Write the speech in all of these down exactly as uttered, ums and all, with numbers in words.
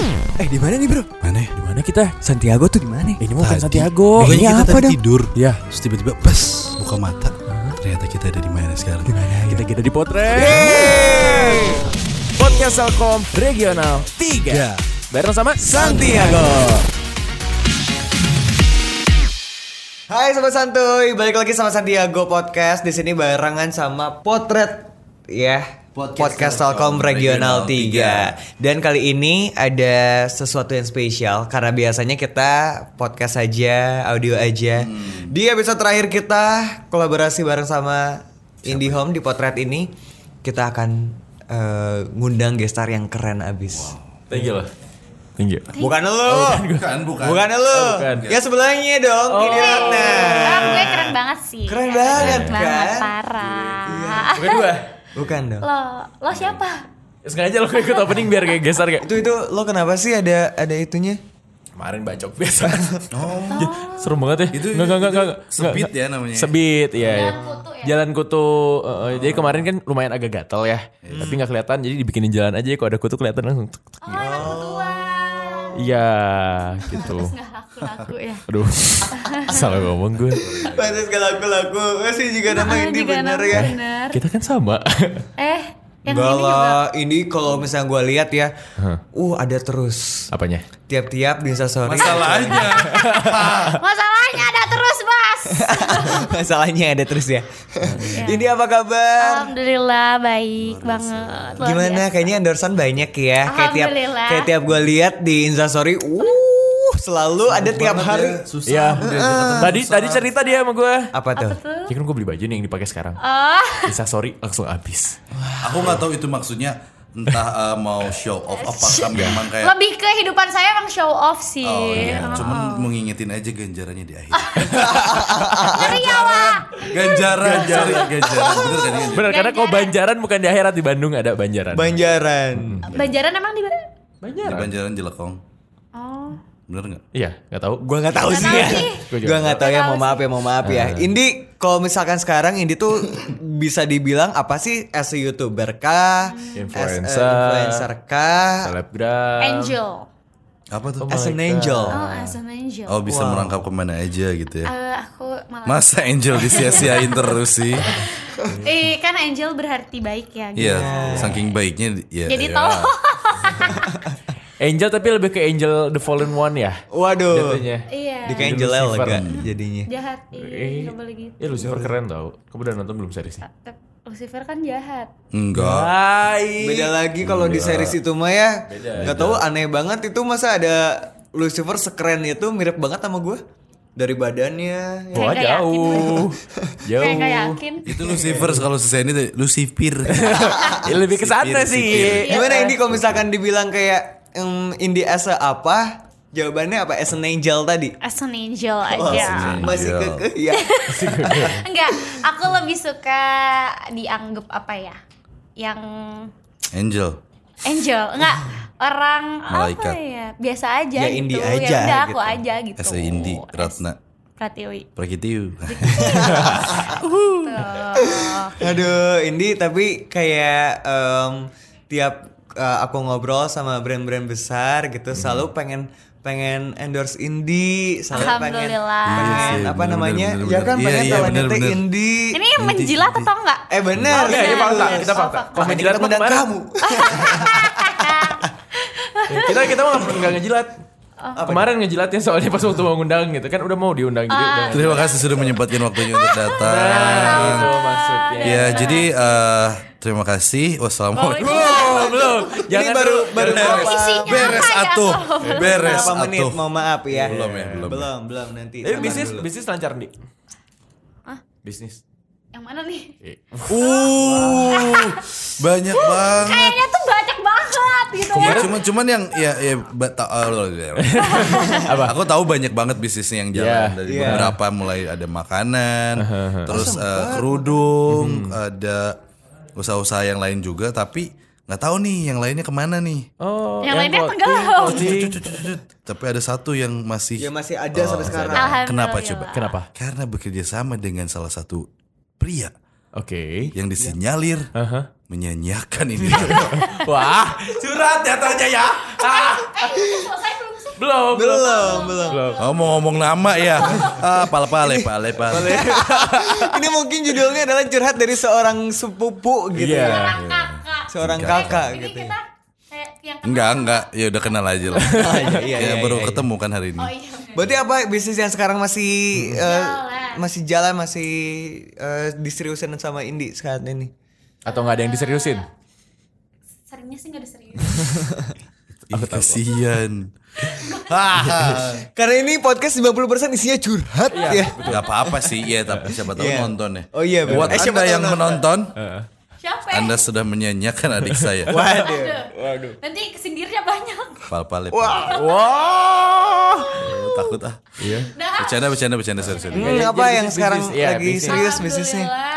Eh di mana nih bro? Mana? Di mana kita? Santiago tuh di mana? Ini bukan Tadi. Santiago. Pokoknya Ini kita apa tadi dong? tidur. Ya. Terus tiba-tiba bes buka mata. Ternyata kita ada di mana sekarang? Di mana? Kita kita di potret. Podcast Telkom Regional tiga. Bareng sama Santiago. Hai sobat santuy, balik lagi sama Santiago Podcast. Di sini barengan sama Potret ya. Podcast, Podcast Telkom Regional tiga. Dan kali ini ada sesuatu yang spesial karena biasanya kita podcast aja, audio aja. Hmm. Di episode terakhir kita kolaborasi bareng sama IndiHome di Potret ini, kita akan uh, ngundang gestar yang keren abis. Wow. Thank you lah. Thank you. Bukan lu. Oh, bukan, bukan. Bukan lu. Oh, bukan. Ya sebelahnya dong, Oh. Kini Ratna. Ah, gue keren banget sih. Keren banget, Keren banget, kan? parah. Bukan gua. Bukan dong. Lo, lo siapa? Sengaja lo ikut opening biar kayak geser kayak. Itu itu lo kenapa sih ada ada itunya? Kemarin bacok biasa. Oh. Serem banget ya. Itu- Nggak, nggak, nggak, itu nggak, sebit nggak. ya namanya. Sebit, iya. Jalan iya. kutu ya? Jalan kutu. uh, uh, jadi kemarin kan lumayan agak gatel ya. Tapi nggak kelihatan. Jadi dibikinin jalan aja. Kalau ada kutu kelihatan langsung. Oh, anak kutuan. Iya, gitu. Nggak laku-laku ya. Aduh, salah ngomong gue. Pantes gak laku-laku. Masih juga nama Ah, ini juga bener nama ya. bener. Kita kan sama. Eh, yang Enggak ini juga. lah, ini kalau misalnya gue lihat ya, uh ada terus. Apanya? Tiap-tiap di instastory. Masalahnya. Masalahnya ada terus, Bas. Masalahnya ada terus ya. Ini apa kabar? Alhamdulillah baik banget. Luar Gimana? biasa. Kayaknya endorsean banyak ya. Kayak tiap Alhamdulillah. kayak tiap gue lihat di instastory, uh selalu ada tiap hari. Susah. Iya. Udah ketemu Tadi susah. tadi cerita dia sama gue. Apa tuh? Tuh. Ya kan gue beli baju nih yang dipakai sekarang. Oh, Bisa sorry langsung habis. Aku nggak tahu itu maksudnya entah uh, mau show off apakah memang kayak. lebih ke kehidupan saya emang show off sih. Oh iya, Oh. cuman mengingetin aja ganjarannya di akhir. Ngeri ya, Wak. Ganjaran, sorry, ganjaran. Bener kan ini? Bener, karena kalau Banjaran bukan di akhirat, di Bandung ada Banjaran. Banjaran. Banjaran emang di mana? Di Banjaran. Banjaran Jelekong. Oh. Bener nggak? Iya, nggak tahu. Gua nggak tahu Nggak sih tahu ya. sih. Gua juga Gua nggak tahu ya. nggak Mau tahu maaf ya, mau maaf ya. Indi, kalau misalkan sekarang Indi tuh bisa dibilang apa sih? As a YouTuber kah? Influencer. As a influencer kah? Selebgram. Angel. Apa tuh? Oh As an my angel. Oh, as an angel. Oh bisa Wow. merangkap kemana aja gitu ya. Eh, aku malah. Masa angel disia-siain terus sih? Eh, kan angel berarti baik ya. gitu. Iya, saking baiknya ya. Jadi ya. tolong. Angel tapi lebih ke Angel the Fallen One ya. Waduh. Jatuhnya. Iya. Di kayak Angel L Lucifer. lega jadinya. Jahat. Iya, nggak boleh gitu. Ya Lucifer keren tau. Kamu udah nonton belum seriesnya? Tapi Lucifer kan jahat. Enggak. Hai. Beda lagi kalau di series itu mah ya. Beda. Nggak tahu aneh banget itu masa ada Lucifer sekeren itu mirip banget sama gue. Dari badannya. ya. Wah Kayak nggak yakin jauh. Jauh. Kayak nggak yakin. Itu Lucifer kalau selesai ini tuh Lucifer. Ya, lebih ke sana Sipir, sih. sipir. Gimana ini kalau misalkan dibilang kayak um, Indi as a apa? Jawabannya apa? As an angel tadi. As an angel Wah, aja. masih Angel. kekeh ya. Enggak, aku lebih suka dianggap apa ya? Yang Angel. angel, enggak orang Malaikat. apa ya? Biasa aja Ya, gitu. Indi Ya aja udah aku gitu. aja gitu. As a Indi, As- Ratna. Pratiwi. Prakitiu. Tuh. Aduh, Indi tapi kayak em, tiap uh, aku ngobrol sama brand-brand besar gitu selalu pengen pengen endorse Indi, selalu pengen Alhamdulillah. pengen Iya sih, apa bener, namanya? bener, ya bener. kan Iya, pengen iya, talentnya bener, teh bener. Indi. Ini menjilat atau enggak? Eh benar. Iya, ini fakta. Bener. Kita fakta. Oh, Kalau Makanya menjilat kita mah undang kemarin. kamu. Kita kita mah nggak ngejilat. Oh. Kemarin ngejilatnya soalnya pas waktu mau ngundang gitu kan udah mau diundang jadi udah. Terima kasih sudah menyempatkan waktunya untuk datang. Nah, itu maksudnya. Ya, jadi eh, terima kasih. Wassalamualaikum. Belum, belum. Ini baru baru Beres. Isinya Beres apa ya? atuh. Beres berapa menit? atuh. Mau maaf ya. Belum ya, belum. Belum, belum nanti. Tapi sabar bisnis dulu. bisnis lancar nih. Hah? Bisnis. Yang mana nih? Eh. Uh, banyak banget. Kayaknya tuh banyak banget gitu ya. Cuman cuman yang ya ya ba- ta- Apa? Aku tahu banyak banget bisnisnya yang jalan Iya. dari Iya. beberapa mulai ada makanan, terus eh, kerudung, ada usaha-usaha yang lain juga tapi nggak tahu nih yang lainnya kemana nih. Oh, Yang lainnya clothing, tenggelam. clothing. Cut, cut, cut, cut. Tapi ada satu yang masih Ya masih ada sampai sekarang. Alhamdulillah. Kenapa coba? Kenapa? Karena bekerja sama dengan salah satu pria Oke. yang disinyalir Aha. menyanyiakan ini. Wah, curhat jatuhnya ya. Ah. Selesai belum sih? Belum, Belum, belum. Oh, mau ngomong nama ya. Ah, pale-pale, pale-pale. Ini mungkin judulnya adalah curhat dari seorang sepupu gitu. Iya. ya. Seorang kakak. Seorang kakak Ini gitu. kita kayak yang Enggak, enggak. Ya udah kenal aja lah. Oh, iya, iya, Kayak iya, baru iya. ketemu kan hari ini. Oh iya. bener. Berarti apa bisnis yang sekarang masih eh, Jalan. masih jalan masih eh, diseriusin sama Indi saat ini? Atau nggak ada yang diseriusin? Seringnya sih gak ada serius. Ih, kasihan. Ah, Karena ini podcast lima puluh persen isinya curhat ya. Gak apa-apa sih, ya tapi siapa tahu Iya. nonton ya. Oh iya, bener. Buat Eh, siapa Anda tahu yang nonton. menonton, Siapa ya? Anda sudah menyanyiakan adik saya. Waduh. Waduh. Nanti kesindirnya banyak. Pal-pale. Wah. Wah. Oh, takut ah. Iya. Dah. Bercanda, bercanda, bercanda, sorry, sorry. Hmm, Jadi apa yang bisnis, sekarang bisnis. Iya, lagi bisnis. serius bisnisnya? Alhamdulillah,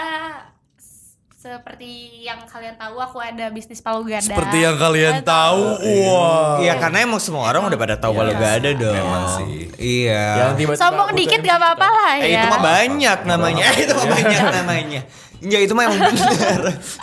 seperti yang kalian tahu aku ada bisnis palu gada. Seperti yang kalian tahu, wah. Iya, karena emang semua orang udah pada tahu kalau gak ada dong. Memang sih. Iya. Yang tiba-tiba Sombong butuh dikit M C. gak apa-apa lah ya. Eh itu mah banyak namanya. Eh, itu mah banyak namanya. Enggak, itu mah emang bener.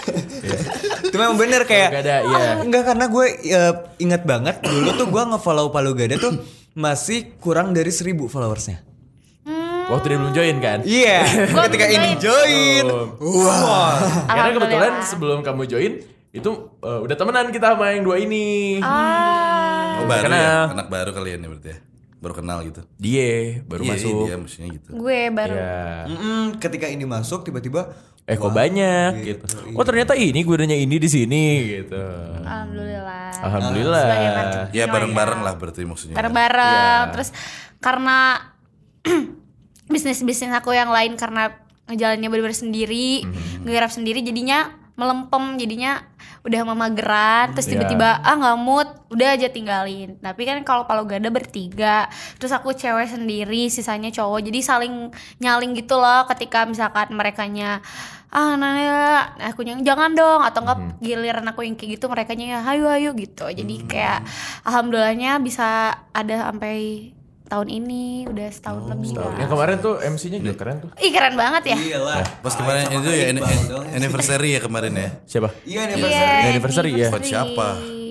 Itu mah emang bener kayak. Palu Gada, iya. Enggak, karena gue eh, ingat banget dulu tuh gue nge-follow Palu Gada tuh masih kurang dari seribu followersnya. Waktu dia belum join kan? Iya. Gua Ketika belum ini join. Oh. Wah. Karena kebetulan Alhamdulillah. sebelum kamu join itu uh, udah temenan kita sama yang dua ini. Ah, Oh, baru Kenal. ya, anak baru kalian ya berarti ya. Baru kenal gitu. Dia baru Iya, masuk. dia maksudnya gitu. gue baru. Iya. Mm-mm, ketika ini masuk tiba-tiba Eh kok banyak gitu. Oh ternyata ini gunanya ini di sini gitu. Alhamdulillah. Alhamdulillah. Sebagai marketing. Ya bareng-bareng lah berarti maksudnya. Bareng-bareng. Iya. Terus karena bisnis-bisnis aku yang lain karena ngejalannya bener-bener sendiri, ngegarap sendiri jadinya melempem, jadinya udah memageran, terus Iya. tiba-tiba ah nggak mood, udah aja tinggalin. Tapi kan kalau Palu Gada bertiga, terus aku cewek sendiri, sisanya cowok, jadi saling nyaling gitu loh. Ketika misalkan merekanya ah nanya aku yang jangan dong, atau enggak giliran aku yang kayak gitu merekanya hayu hayu gitu. Jadi kayak alhamdulillahnya bisa ada sampai tahun ini udah setahun lebih lah. Yang kemarin tuh M C-nya juga keren tuh. Ih keren banget ya. Iya lah. Pas kemarin itu ya an- an- anniversary ya kemarin ya. Siapa? Iya, Iya, anniversary. Anniversary, ya. Buat siapa?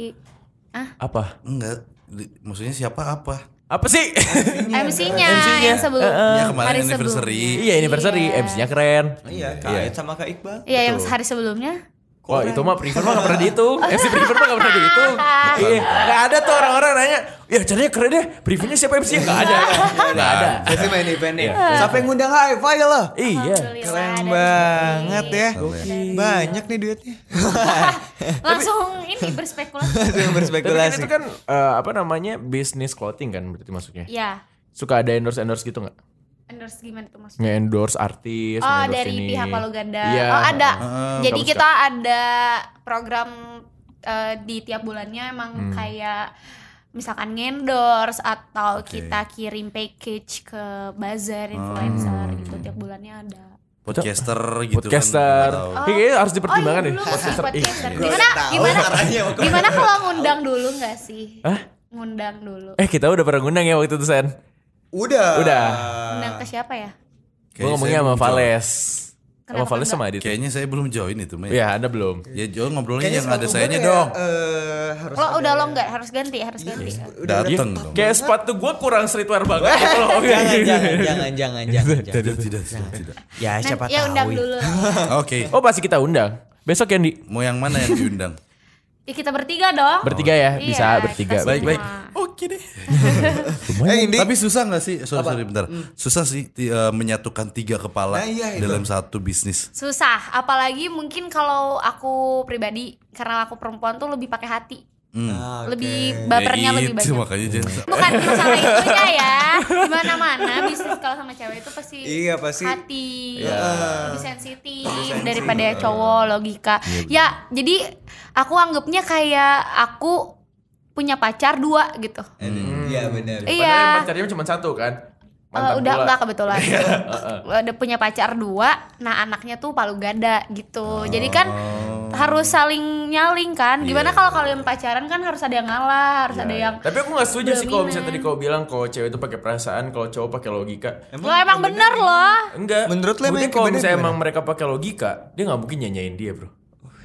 Apa? Enggak, di- maksudnya siapa apa? Apa sih? M C-nya M C-nya. yang sebelum Ya kemarin hari anniversary. Iya anniversary, Iya. M C-nya keren. Iya, Kait sama Kak Iqbal. Iya yang hari sebelumnya. Wah itu mah prefer mah gak pernah dihitung. M C prefer mah gak pernah dihitung. Iya, gak ada tuh orang-orang nanya, ya caranya keren deh, prefernya siapa M C-nya? Gak ada. Gak ada. Jadi main event nih. Siapa yang ngundang Hi-Fi lah? Iya. Alhamdulillah, Keren ada banget ya. rezeki. Banyak nih duitnya. Langsung ini berspekulasi. Langsung Tapi kan berspekulasi. itu kan eh, apa namanya bisnis clothing kan berarti masuknya. Ya, Suka ada endorse-endorse gitu gak? endorse gimana tuh maksudnya? Nge-endorse artis, Oh nge-endorse dari ini. pihak Palu Gada. Iya. Oh ada. Jadi Kamu kita ada program eh, di tiap bulannya emang Hmm. kayak misalkan ngendorse atau kita kirim package ke bazar influencer Hmm. gitu tiap bulannya ada. Podcaster gitu Podcaster. kan. nggak tahu. Ini kayaknya harus dipertimbangkan oh, deh. iya, dulu Podcaster. Ih, podcaster. iya. Gimana Tahu gimana arahnya mau kemana. gimana kalau ngundang dulu nggak sih? Hah? Ngundang dulu. Eh kita udah pernah ngundang ya waktu itu Sen. Udah. Udah. Ngundang ke siapa ya? Gue Kayaknya ngomongnya saya sama belum join. Vales. Sama Kenapa Vales sama Adit. Kayaknya saya belum join itu, Maya. Iya, Anda belum. Ya Jo ngobrolnya Kayaknya yang ada sepatu sayanya gue dong. kayak, eh, harus Lo ada- udah lo nggak harus ganti harus ganti. Dateng Iya, dong. Kayak sepatu gue kurang streetwear banget. gitu loh. jangan, jangan, jangan, jangan, jangan, Tidak, jangan. tidak, tidak, tidak. Ya siapa ya tahu. undang dulu lah. Oke. Oh pasti kita undang. Besok yang di Mau yang mana yang diundang? Ya kita bertiga dong. bertiga ya, Iya, bisa bertiga. kita Baik, baik. semua. Oke deh. Eh Indi, Tapi susah gak sih? Sorry, sorry bentar. Susah sih ti- eh, menyatukan tiga kepala Nah, iya, itu. dalam satu bisnis. Susah, apalagi mungkin kalau aku pribadi karena aku perempuan tuh lebih pakai hati. Ah, oke. Lebih bapernya Ya lebih itu, banyak. makanya jangan. Bukan masalah itunya ya. Di mana-mana bisnis kalau sama cewek itu pasti Iya, pasti. hati. Iya. Lebih sensitif daripada cowok logika. Ya, jadi aku anggapnya kayak aku punya pacar dua gitu. Iya benar. Iya. Padahal yang pacarnya cuma satu kan. Eh, Mantan udah pula. enggak kebetulan. Udah punya pacar dua, nah anaknya tuh Palu Gada gitu. Jadi kan harus saling nyaling kan. Gimana kalau kalian pacaran kan harus ada yang ngalah, harus ada yang Tapi aku gak setuju sih kalau misalnya dominan. tadi kau bilang kalau cewek itu pakai perasaan, kalau cowok pakai logika. lo emang bener loh. Enggak. Menurut lo emang Mungkin yang kalau kebedaan misalnya gimana? emang mereka pakai logika, dia nggak mungkin nyanyain dia bro.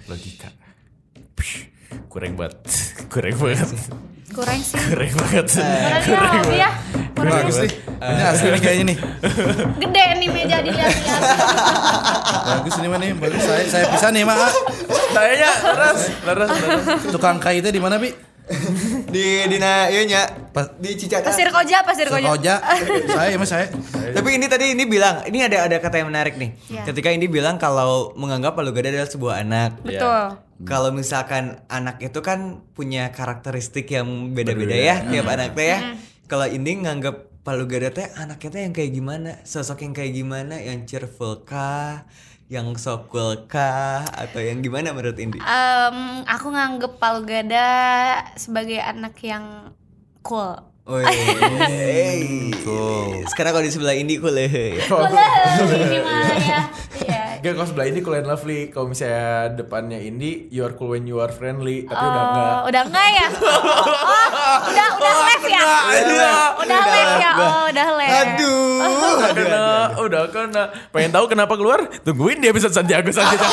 Logika. Kurang banget. Kurang banget. Kurang sih. Kurang banget. Kurang ya. Kurang Bagus nih. Ini asli nih kayaknya nih. Gede nih meja dilihat-lihat. Bagus ini mah nih. Bagus saya saya bisa nih, Mak. Kayaknya leres, leres, leres. Tukang kaitnya di mana, Bi? Di dina ieu nya Pas- di Cicadas. Pasir Koja, Pasir Koja. Koja. Saya Mas saya. Tapi ini tadi ini bilang, ini ada ada kata yang menarik nih. Iya. Ketika ini bilang kalau menganggap Palu Gada adalah sebuah anak. Betul. Kalau misalkan anak itu kan punya karakteristik yang beda-beda ya tiap anak teh ya. Kalau ini nganggap Palu Gada teh anaknya teh yang kayak gimana? Sosok yang kayak gimana? Yang cheerful kah? Yang so cool kah? Atau yang gimana menurut Indi? Em, aku nganggep Palu Gada sebagai anak yang cool. Wih. Cool. Sekarang kalau di sebelah Indi cool ya. Ini mah ya. Iya. Gak, kalau sebelah ini cool and lovely. Kalau misalnya depannya Indi, you are cool when you are friendly. Tapi udah enggak. Oh, udah enggak ya? Oh, udah udah left ya? Udah left ya? Oh, udah left. Aduh. Udah kena, udah kena. Pengen tahu kenapa keluar? Tungguin di episode Santiago selanjutnya.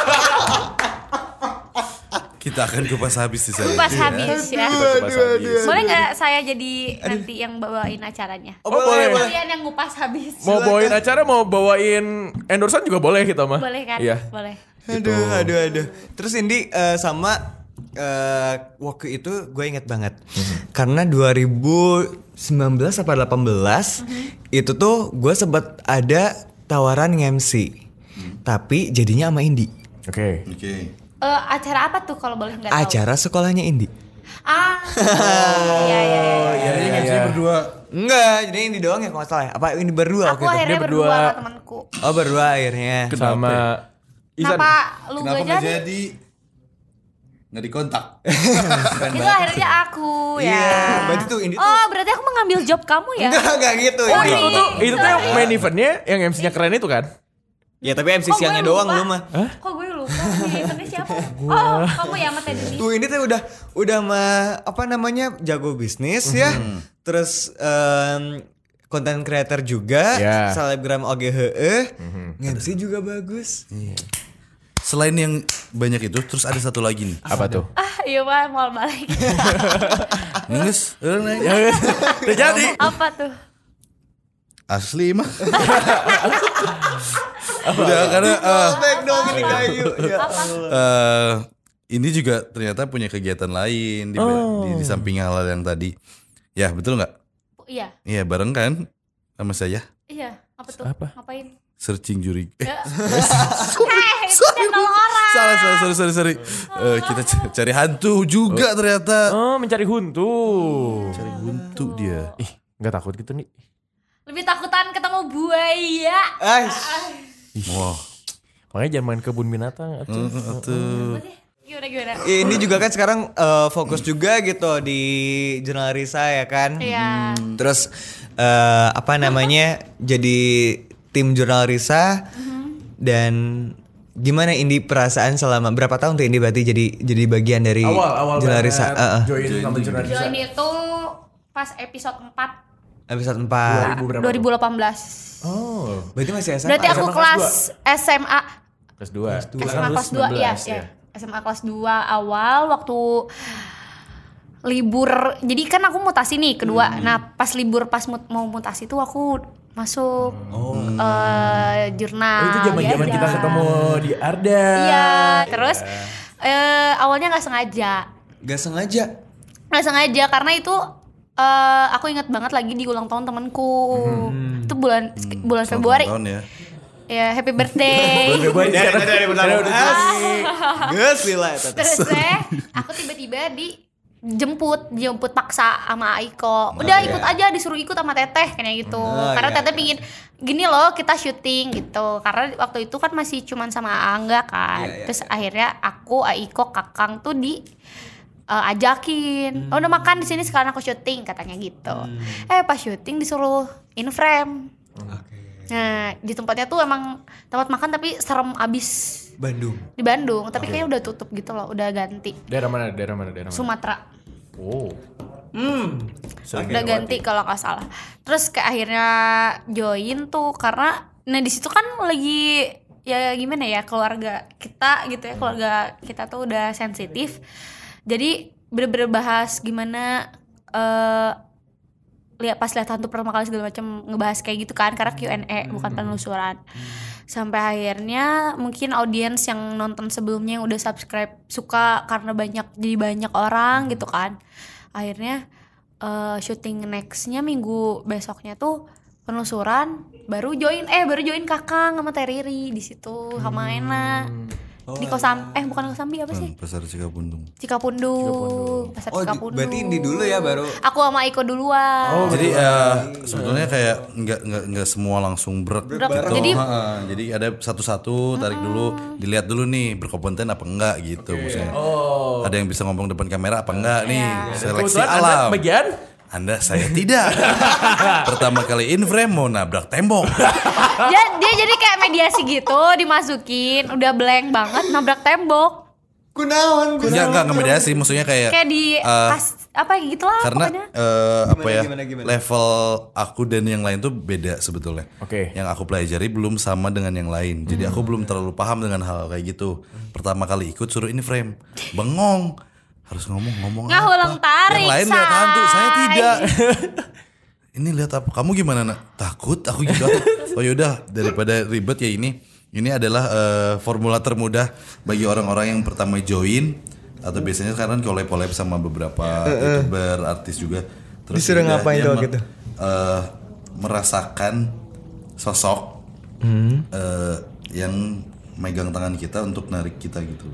Kita akan kupas habis di sana. Kupas habis ya. Kupas habis. Boleh nggak saya jadi nanti yang bawain acaranya? Oh, Oh, boleh, boleh. boleh. Kalian yang ngupas habis. Mau bawain acara, mau bawain endorsean juga boleh kita mah. Boleh kan? Iya. Boleh. Aduh, aduh, aduh. Terus Indi eh, sama eh, waktu itu gue inget banget. Karena dua ribu sembilan belas apa delapan belas itu tuh gue sempat ada tawaran nge-M C. Tapi jadinya sama Indi. Oke. Oke. Eh, acara apa tuh kalau boleh nggak tahu? Acara sekolahnya Indi. Ah. Iya iya iya. Iya, iya, iya. Berdua. Enggak, jadi Indi doang ya kalau nggak salah. Apa Indi berdua Aku waktu itu? akhirnya Dia berdua berdua. sama temanku. Oh berdua akhirnya. Sama Izan. Kenapa lu Kenapa gak nggak jadi? jadi? Nggak dikontak. Itu akhirnya aku ya. Iya, berarti tuh Indi tuh. Oh, berarti aku mengambil job kamu ya? Enggak, enggak gitu. Oh, Indi. itu tuh, itu tuh yang main eventnya, yang M C-nya keren itu kan? Ya tapi M C Oh, siangnya gue doang lupa. lu mah. Kok gue lupa? Nih, eventnya siapa? Oh, kamu ya sama Teddy. Tuh ini tuh udah udah mah apa namanya jago bisnis ya. Terus em, konten creator juga, Ya. selebgram oge heeh. Nge-M C juga bagus. Selain yang banyak itu, terus ada satu lagi nih. Apa tuh? Ah, iya Pak, mau balik. Nges, eh, naik. Udah jadi. Apa tuh? Asli mah. Udah karena eh, Baik dong ini kayu. Ya. eh, ini juga ternyata punya kegiatan lain di, di, di samping hal yang tadi. Ya betul nggak? Iya. Iya bareng kan sama saya Iya, apa tuh? Apa? Ngapain? searching juri. Eh, Eh, itu channel orang. salah salah sorry sorry sorry. Eh, kita c- cari hantu juga ternyata. Oh, mencari hantu. Cari hantu dia. Ih, nggak takut gitu nih. Lebih takutan ketemu buaya. Ais. Wah. Makanya jangan main kebun binatang. atuh. Tuh. Gimana gimana? Ini juga kan sekarang eh, fokus juga gitu di jurnal Risa ya kan. Iya. Terus eh, apa namanya jadi tim jurnal Risa dan gimana Indi perasaan selama berapa tahun tuh Indi berarti jadi jadi bagian dari Awal, awal jurnal banget Risa. Heeh. join sama jurnal Risa. Join itu pas episode empat Episode empat. dua ribu berapa? dua ribu delapan belas. Oh, Berarti masih S M A. Berarti aku S M A kelas kelas S M A kelas dua. S M A kelas dua iya, iya. S M A kelas dua awal waktu libur. Jadi kan aku mutasi nih kedua. Nah, pas libur pas mut- mau mutasi tuh aku masuk eh, jurnal. Oh, itu zaman-zaman biasa. kita ketemu di Arda. Iya, terus eh, awalnya nggak sengaja. Gak sengaja. Nggak sengaja karena itu eh, aku ingat banget lagi di ulang tahun temanku. Itu bulan bulan Selamat Februari. ulang tahun ya. Ya, happy birthday. Februari sekarang dari sekarang udah Gus gila itu. Terus deh, aku tiba-tiba dijemput, dijemput paksa sama Aiko. Udah ikut aja, disuruh ikut sama Teteh kayak gitu. Oh, Karena iya, Teteh pingin gini loh kita syuting gitu. Karena waktu itu kan masih cuman sama Angga kan. Iya, iya, Terus akhirnya aku, Aiko, Kakang tuh di uh, ajakin. Oh, udah makan di sini sekarang aku syuting katanya gitu. Eh pas syuting disuruh in frame. Nah, di tempatnya tuh emang tempat makan tapi serem abis. Bandung. Di Bandung, tapi kayaknya udah tutup gitu loh, udah ganti. Daerah mana? Daerah mana? Daerah mana? Sumatera. Oh. Hmm. Udah ganti kalau nggak salah. Terus kayak akhirnya join tuh karena nah di situ kan lagi ya gimana ya, keluarga kita gitu ya, keluarga kita tuh udah sensitif. Jadi bener-bener bahas gimana uh, lihat pas lihat hantu pertama kali segala macam, ngebahas kayak gitu kan, karena Q and A bukan penelusuran. Sampai akhirnya mungkin audiens yang nonton sebelumnya yang udah subscribe suka karena banyak, jadi banyak orang gitu kan. Akhirnya uh, syuting nextnya minggu besoknya tuh penelusuran, baru join eh baru join Kakang sama Teriri di situ sama Ena. Oh, di Kosam eh bukan Kosambi apa sih? Pasar Cikapundung. Cikapundung. Pasar Oh, Cikapundung. berarti Indi dulu ya baru. Aku sama Iko duluan. Oh, jadi uh, sebetulnya kayak nggak nggak nggak semua langsung berat gitu. Jadi, Ha-ha. jadi ada satu-satu tarik dulu, dilihat dulu nih berkompeten apa enggak gitu maksudnya. Oh. Ada yang bisa ngomong depan kamera apa enggak nih? Seleksi Kebetulan Anda alam. bagian Anda saya tidak. Pertama kali in frame mau nabrak tembok. dia, dia jadi kayak mediasi gitu, dimasukin, udah blank banget, nabrak tembok. Kunaon, Enggak enggak ngemediasi, maksudnya kayak Kayak di uh, kas, apa gitu lah karena pokoknya. uh, apa ya gimana, gimana? level aku dan yang lain tuh beda sebetulnya. Oke. Yang aku pelajari belum sama dengan yang lain. Jadi aku belum terlalu paham dengan hal kayak gitu. Pertama kali ikut suruh in frame, bengong. Harus ngomong-ngomong Nggak apa? ulang tarik, Yang lain lihat Say. hantu, saya tidak. Ini lihat apa? Kamu gimana nak? Takut? Aku gitu. Oh yaudah daripada ribet ya ini. Ini adalah uh, formula termudah bagi orang-orang yang pertama join atau biasanya sekarang collab-collab sama beberapa YouTuber, artis juga. Disuruh udah ngapain dia tuh me- gitu? uh, merasakan sosok uh, yang megang tangan kita untuk narik kita gitu.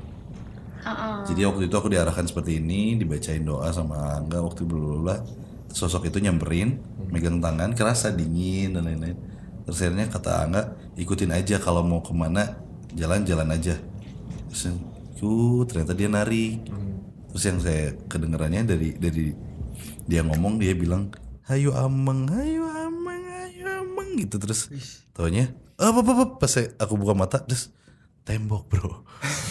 Jadi waktu itu aku diarahkan seperti ini, dibacain doa sama Angga waktu berlula. Sosok itu nyamperin, megang tangan, kerasa dingin dan lain-lain. Terus akhirnya kata Angga, ikutin aja kalau mau kemana, jalan-jalan aja. Terus uh, ternyata dia narik. Terus yang saya kedengarannya dari dari dia ngomong, dia bilang, hayu ameng, hayu ameng, hayu ameng gitu. Terus taunya, apa apa apa pas saya, aku buka mata, terus tembok bro.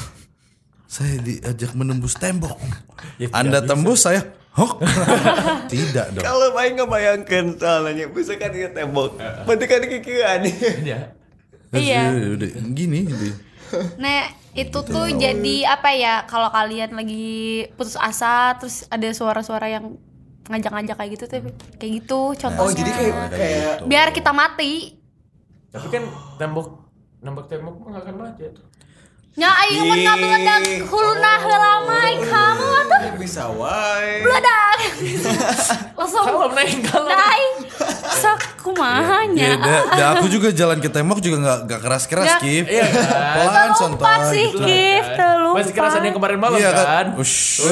Saya diajak menembus tembok. Ya, Anda tembus saya, hok. Tidak dong. Kalau main ngebayangkan soalnya bisa kan dia tembok. Berarti kan kikian. ya. Terus Iya. udah, udah, gini gitu. Nah itu tuh jadi apa ya, kalau kalian lagi putus asa terus ada suara-suara yang ngajak-ngajak kayak gitu tuh kayak gitu contohnya. Oh, jadi kayak kayak biar kita mati. Tapi kan tembok nembak tembok mah gak akan mati ya tuh. Nya aing mun ngabeledak huluna heula mah kamu atuh bisa wae. bledak. Langsung Kalau naik kalau dai. Sok kumaha nya. Ya, da, da aku juga jalan ke tembok juga nggak nggak keras keras Nggak. Kif. Iya kan? Pelan Telumpat santai. sih gitu. Kif, telumpat. Masih kerasan yang kemarin malam Iya kan? kan. Ush.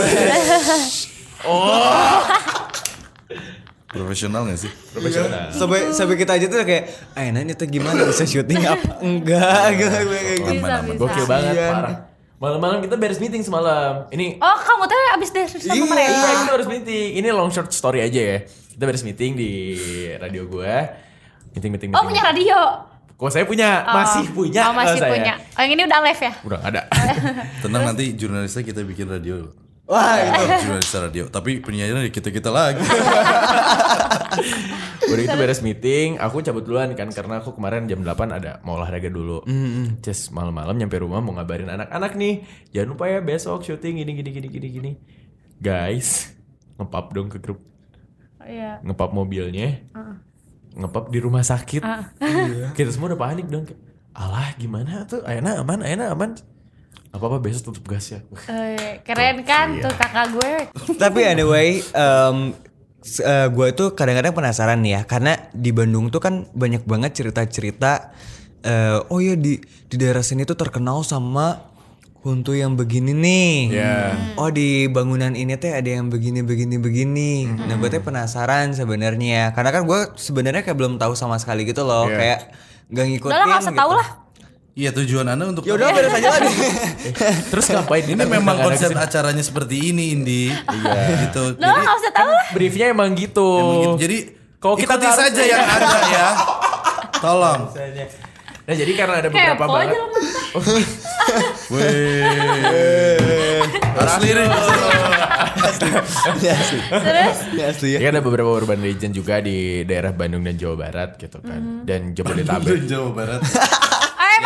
Oh. Profesional gak sih? Profesional. Sampai sampai kita aja tuh kayak, "Eh, nah itu gimana bisa syuting apa enggak?" gitu kayak gitu. Bisa, Aman-aman. bisa. Gokil banget Kasian. parah. Malam-malam kita beres meeting semalam. Ini Oh kamu tuh abis dari sama Iya. mereka. Iya kita beres meeting. Ini long short story aja ya. Kita beres meeting di radio gue. Meeting meeting. Oh punya radio. Kok saya punya? Oh. Masih punya. Oh masih kalau saya. punya. Oh yang ini udah live ya? Udah nggak ada. Tenang nanti jurnalisnya kita bikin radio. Wah, itu. Jurnalis radio. Tapi penyanyinya kita kita lagi. Udah itu beres meeting, aku cabut duluan kan karena aku kemarin jam delapan ada mau olahraga dulu. Just malam-malam nyampe rumah mau ngabarin anak-anak nih, jangan lupa ya besok syuting gini gini gini gini gini. Guys, ngepap dong ke grup. Iya. Ngepap mobilnya. Ngepap di rumah sakit. Kita semua udah panik dong. Alah gimana tuh? Ayana aman, Ayana aman. Apa-apa besok tutup gas ya. Eh, keren kan tuh kakak gue. Tapi anyway, um, uh, gue tuh kadang-kadang penasaran nih ya, karena di Bandung tuh kan banyak banget cerita-cerita. Uh, oh ya di di daerah sini tuh terkenal sama hantu yang begini nih. Iya. Oh di bangunan ini teh ada yang begini begini begini. Nah gue tuh penasaran sebenarnya, karena kan gue sebenarnya kayak belum tahu sama sekali gitu loh, Iya. kayak gak ngikutin. Udah lah gak usah gitu. tau lah. Iya tujuan Anda untuk Ya udah beres aja lah nih. Terus ngapain? Ini kita memang ngundang konsep anak kesini? acaranya seperti ini Indi. Iya. Gitu. Udah lah gak usah tau lah. Briefnya emang gitu. Emang gitu. Jadi Kalau kita ikuti nggak harus- saja yang ada ya. Tolong. Nah jadi karena ada beberapa Kepo banget. aja lo mah. Weh. Harus lirik. Ya asli. Terus Ya asli ya. Ya kan ada beberapa urban legend juga di daerah Bandung dan Jawa Barat gitu kan. Dan Jabodetabek. Jawa Barat. ah, emang mencakup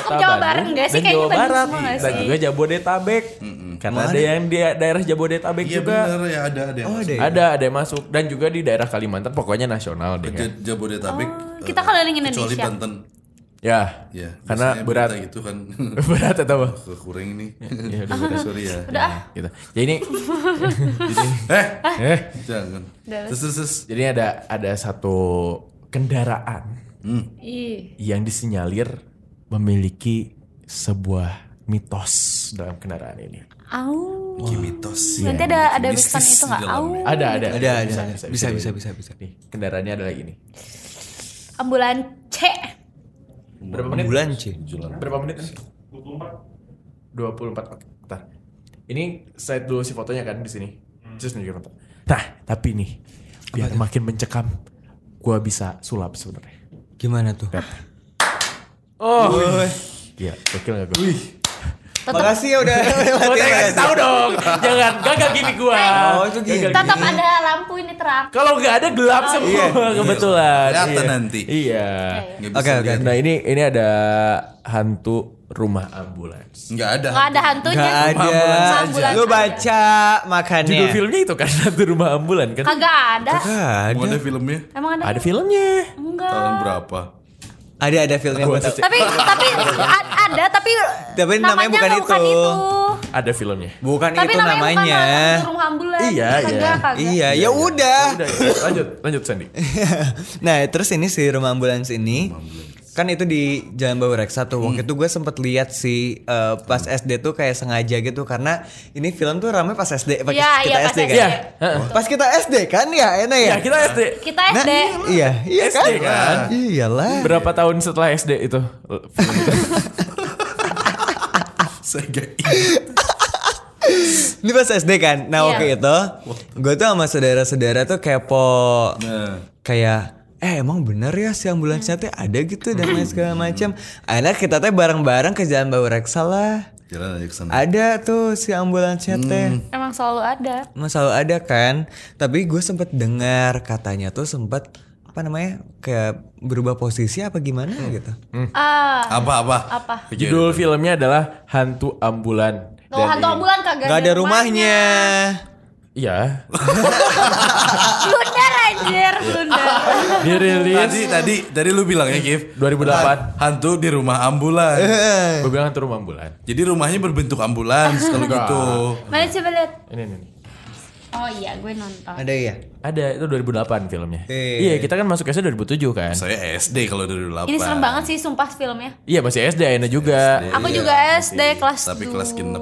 cukup Jawa Barat nggak sih? dan Kayaknya Jawa Bandung Barat semua nggak dan sih? juga Jabodetabek. Karena ada yang di daerah Jabodetabek Iya juga. benar ya ada ada yang Oh, masuk. ada ya? Ada, ada yang masuk dan juga di daerah Kalimantan pokoknya nasional deh. Ja- Jabodetabek. Oh, kita eh, keliling Kecuali Indonesia. Banten. Ya, Ya, karena biasanya berat. berita gitu kan. Berat atau apa? Kekurang ini. Ya udah berat. Sorry ya. Udah. Gitu. Jadi ini, Eh, eh, jangan. Terus terus terus. jadi ada ada satu kendaraan Hmm. Ih. yang disinyalir memiliki sebuah mitos dalam kendaraan ini. Au. Bikin mitos. Nanti ada ada Mistis backsound itu nggak? di Au. dalamnya. Ada, ada, Ada, ada, Bisa, ada. bisa, Bisa, bisa, bisa. bisa, bisa. Nih, kendaraannya adalah ini. Ambulan C. Berapa menit? Bulan C. Berapa menit? dua puluh empat. Oke, bentar. Ini slide dulu si fotonya kan di sini. Terus nunjukin foto. Nah, tapi nih biar makin mencekam, gua bisa sulap sebenarnya. Gimana tuh? Oh, iya, gokil gak gue? Makasih ya udah Oh, latihan. kasih tahu dong, jangan gagal gini gua. Oh, itu gini. Gagal Tetap gini. ada lampu ini terang. Kalau nggak ada gelap semua kebetulan. Kelihatan Iya. nanti. Iya. Nggak bisa Oke, oke. lihat. Nah ini ini ada hantu rumah ambulans. Nggak ada. Nggak ada hantunya. Gak ada. Cuma ambulan Lu aja. baca makanya. Judul filmnya itu kan hantu rumah ambulan kan? Kagak ada. Gak Mau ada. ada filmnya? Emang ada? Ada filmnya. Enggak. Tahun berapa? Ada ada filmnya Gua gua tahu. cek. Tapi tapi a- ada tapi Tapi namanya bukan nggak itu. Ada filmnya. Bukan Tapi itu namanya, namanya. bukan rumah ambulan. Iya, Kagak, iya. kagak. Iya, ya udah. Udah, ya. lanjut, lanjut Sandy. Nah, terus ini si rumah ambulans ini kan itu di Jalan Baureksa tuh. Waktu itu gue sempet lihat sih eh, pas S D tuh kayak sengaja gitu karena ini film tuh ramai pas S D, pas Iya, kita iya, pas S D kan. S D. Iya. Pas kita S D kan ya, enak ya. Ya kita S D. Kita S Nah, D. iya, iya S D kan? kan? Iyalah. Berapa tahun setelah S D itu? Film itu? Saya nggak ingat. Ini pas S D kan. Nah, Iya. waktu itu gue tuh sama saudara-saudara tuh kepo. Nah, Kayak eh emang bener ya si ambulansnya teh ada gitu dan lain segala macam. Akhirnya kita teh bareng-bareng ke Jalan Baureksa lah. jalan aja ke sana. Ada tuh si ambulansnya teh. Emang selalu ada. Emang selalu ada kan. Tapi gue sempet dengar katanya tuh sempet apa namanya kayak berubah posisi apa gimana gitu. Ah, Apa apa? apa? Judul filmnya adalah Hantu Ambulan. Oh, Dan hantu ini- ambulan kagak Gak ada rumahnya. Iya. Blunder anjir, blunder. Dirilis Tadi tadi tadi lu bilang ya, Gif. dua ribu delapan. Hantu di rumah ambulan. Gue bilang hantu rumah ambulan. Jadi rumahnya berbentuk ambulans kalau gitu. Mana coba lihat. Ini nih. nih. Oh iya, gue nonton. Ada ya? Ada itu dua ribu delapan filmnya. Eh. Iya, kita kan masuk S D dua ribu tujuh kan. Saya S D kalau dari delapan. Ini serem banget sih sumpah filmnya. Iya, masih S D Aina juga. Aku Iya, juga S D masih. kelas Tapi kelas genep.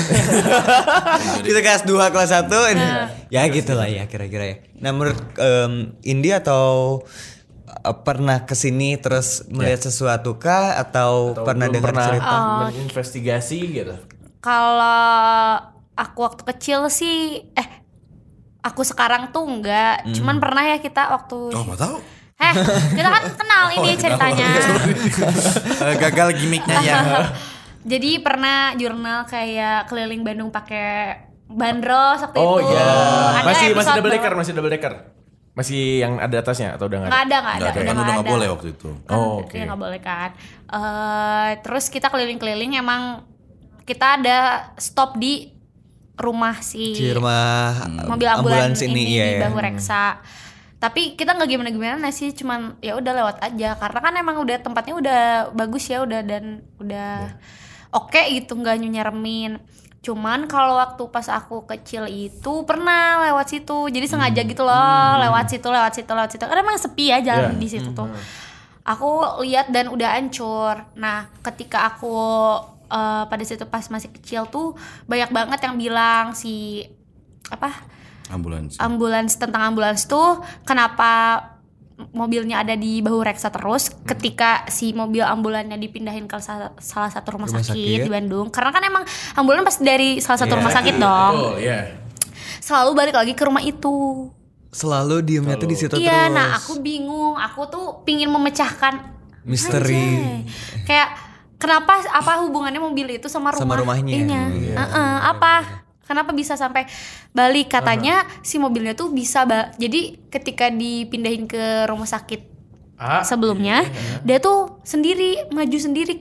Kita kelas dua kelas satu ini. Ya gitulah ya kira-kira ya. Nah menurut em, Indi atau eh, pernah kesini terus melihat sesuatu kah atau, Atau pernah belum dengar pernah cerita? menginvestigasi gitu. Kalau aku waktu kecil sih eh aku sekarang tuh enggak, cuman pernah ya kita waktu Oh, nggak tahu. Heh, kita kan kenal ini ceritanya. Eh, gagal gimmicknya ya. Jadi pernah jurnal kayak keliling Bandung pakai bandros waktu Oh itu. iya. Ada Masih masih episode double decker, baru. masih double decker. Masih yang ada atasnya atau udah nggak Nggak ada? ada, nggak ada, Nggak ada, kan nggak udah nggak ada. boleh waktu itu. Kan, Oh, oke. ya nggak boleh kan. Eh, terus kita keliling-keliling emang kita ada stop di rumah si Di rumah mobil ambulans, ambulans ini, ini, iya, di iya. Baureksa. Tapi kita nggak gimana-gimana sih, cuman ya udah lewat aja karena kan emang udah tempatnya udah bagus ya udah dan udah oke gitu, nggak nyeremin. Cuman kalau waktu pas aku kecil itu pernah lewat situ, jadi sengaja gitu loh lewat situ lewat situ lewat situ. Karena emang sepi ya jalan Yeah. di situ tuh. Aku lihat dan udah hancur. Nah ketika aku eh, pada situ pas masih kecil tuh banyak banget yang bilang si apa Ambulans. ambulans tentang ambulans tuh kenapa mobilnya ada di Baureksa terus ketika si mobil ambulannya dipindahin ke sa- salah satu rumah, Rumah sakit, sakit. di Bandung karena kan emang ambulan pasti dari salah satu Iya. rumah sakit dong Oh iya. selalu balik lagi ke rumah itu. Selalu diemnya tuh di situ Iya, terus. nah aku bingung, aku tuh pingin memecahkan Misteri. Anjay. Kayak kenapa apa hubungannya mobil itu sama rumah? Sama rumahnya. Iya. Iya. Heeh, apa? Kenapa bisa sampai balik? Katanya si mobilnya tuh bisa ba- jadi ketika dipindahin ke rumah sakit Ah, sebelumnya, dia tuh sendiri maju sendiri ke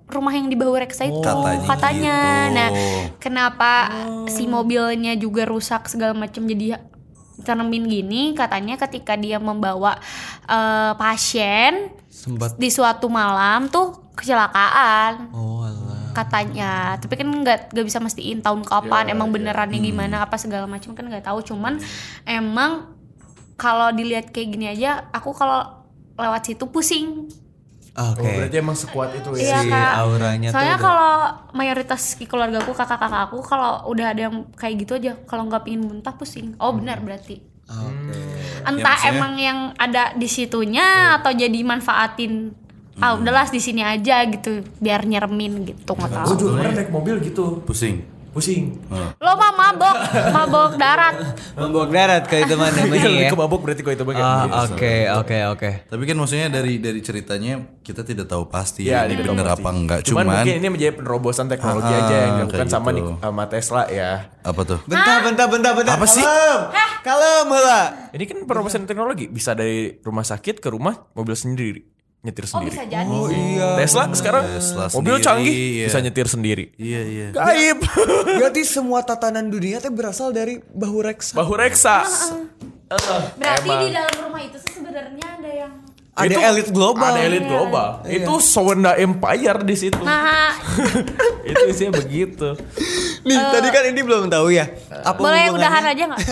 rumah yang di Bahu Reksa itu Katanya katanya. gitu. Nah, kenapa si mobilnya juga rusak segala macam jadi cermin gini? Katanya ketika dia membawa uh, pasien Sempat. di suatu malam tuh kecelakaan. Oh alah. Katanya, tapi kan nggak nggak bisa mastiin tahun kapan, emang benerannya gimana apa segala macam kan nggak tahu. Cuman emang kalau dilihat kayak gini aja, aku kalau lewat situ pusing. Oke. Oh, berarti emang sekuat itu ya. Iya, Si Kak. auranya tuh Soalnya udah- kalau mayoritas keluarga aku, kakak-kakak aku, kalau udah ada yang kayak gitu aja, kalau nggak pingin muntah pusing. Oh benar berarti. Oke. Entah maksudnya- emang yang ada di situnya atau jadi manfaatin. Ah udahlah di sini aja gitu, biar nyeremin gitu nggak tahu. Gue juga pernah naik mobil gitu. Pusing. Pusing. Lo mah mabok, mabok darat. Mabok darat kayak itu mah namanya Lebih ya. ke mabuk berarti kok itu bagian. Ah, oke oke oke. Tapi kan maksudnya dari dari ceritanya kita tidak tahu pasti Ya, ini tidak bener tahu apa pasti. enggak. Cuman, Cuman, mungkin ini menjadi penerobosan teknologi Ah, aja yang dilakukan kayak sama gitu. Nik- sama Tesla ya. apa tuh? Bentar bentar bentar bentar. Apa sih? Kalem. Kalem heula. Ini kan penerobosan teknologi bisa dari rumah sakit ke rumah mobil sendiri, nyetir Oh sendiri. bisa jadi. Oh iya. Tesla sekarang Tesla mobil sendiri, canggih iya. bisa nyetir sendiri. Iya iya. Gaib. Berarti semua tatanan dunia teh berasal dari Bahu Reksa. Bahu Reksa. Berarti Emang. di dalam rumah itu sih sebenarnya ada yang. Ada Itu elit global. Ada elit global. Itu Sowenda Empire di situ. Nah, Itu isinya begitu. Nih, tadi kan ini belum tahu ya. Apa boleh hubungannya? udahan aja nggak?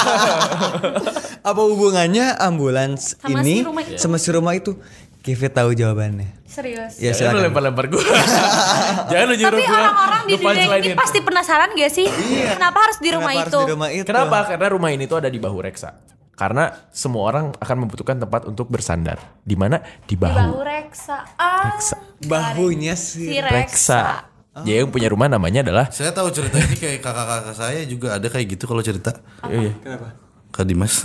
Apa hubungannya ambulans Sama ini si rumah itu. sama si rumah itu? Kevin tahu jawabannya. Serius. Ya Jangan lu silakan. lempar-lempar gue. Jangan lu nyuruh Tapi gue. orang-orang di dunia ini pasti penasaran gak sih? Kenapa harus di rumah Kenapa harus itu? di rumah itu? Kenapa? Karena rumah ini tuh ada di Bahu Reksa. Karena semua orang akan membutuhkan tempat untuk bersandar. Di mana? Di Di Bahu bahu. Reksa. Ah, Reksa. Bahunya si sih. Reksa. Reksa. Dia yang punya rumah namanya adalah Saya tahu cerita ini kayak kakak-kakak saya juga ada kayak gitu kalau cerita. Iya. Kenapa? Kak Dimas.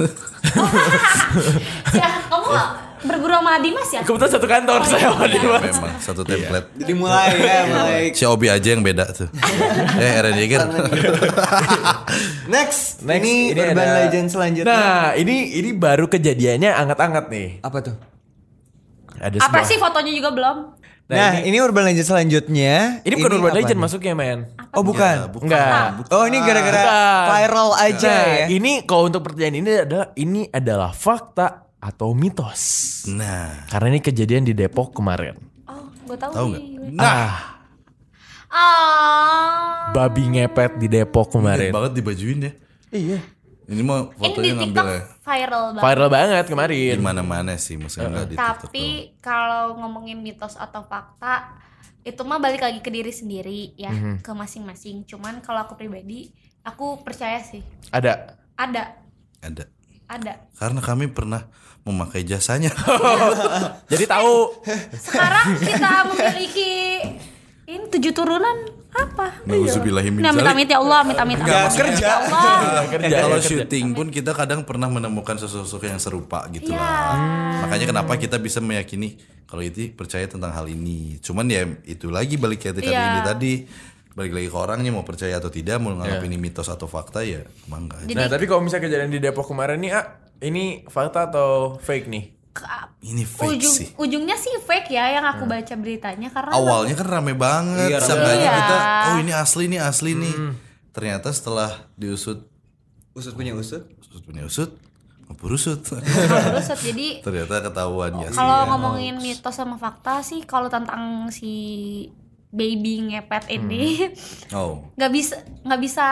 Ya, kamu berguru sama Dimas ya? Kebetulan satu kantor saya sama dia. Mas. Memang satu template. Jadi mulai ya, mulai. Si Obi aja yang beda tuh. eh Eren Yeager. Next, Next, ini, Urban ada- Legend selanjutnya. Nah, ini ini baru kejadiannya anget-anget nih. Apa tuh? Ada Apa sebuah- sih fotonya juga belum? Nah, ini, Urban Legend selanjutnya. Ini bukan Urban apa Legend nih? masuknya, men. Oh, bukan. Enggak. Oh, ini gara-gara Bukan. viral aja Nah, ya. ini kalau untuk pertanyaan ini adalah ini adalah fakta atau mitos. Nah, Karena ini kejadian di Depok kemarin. Oh, gue tahu tahu nih. nggak? Nah, Ah. babi ngepet di Depok Ingat kemarin. banget dibajuin ya. Iya. Ini mah Ini di fotonya TikTok ngambil ya. viral banget. Viral banget kemarin. Di mana-mana sih, maksudnya enggak di TikTok. Tapi kalau ngomongin mitos atau fakta, itu mah balik lagi ke diri sendiri ya, Mhm. ke masing-masing. Cuman kalau aku pribadi, aku percaya sih Ada. ada, Ada. ada. Karena kami pernah memakai jasanya. Jadi tahu. Sekarang kita memiliki ini tujuh turunan apa? Nauzubillahi min Nah, dzalik. amit-amit ya Allah, amit-amit. Nggak amit-amit kerja. ya Allah. Kerja, Kalau kerja. syuting pun kita kadang pernah menemukan sosok yang serupa gitu Iya. lah. Makanya kenapa kita bisa meyakini kalau itu percaya tentang hal ini. Cuman ya itu lagi balik ke tadi Iya. ini tadi. Balik lagi ke orangnya mau percaya atau tidak, mau nganggap ini mitos atau fakta ya mangga aja. Jadi- Nah, tapi kalau misalnya kejadian di Depok kemarin nih, ah, ini fakta atau fake nih? Ke- Ini fake Ujung, sih. ujungnya sih fake ya yang aku baca beritanya karena Awalnya kan rame banget, Iya, rame seenggaknya banget. kita, Iya. oh ini asli nih asli nih. Ternyata setelah diusut, Usut punya usut. usut punya usut, ngepur usut. terus jadi Ternyata ketahuan ya. kalau ngomongin mitos sama fakta sih kalau tentang si baby ngepet ini Oh, nggak bisa nggak bisa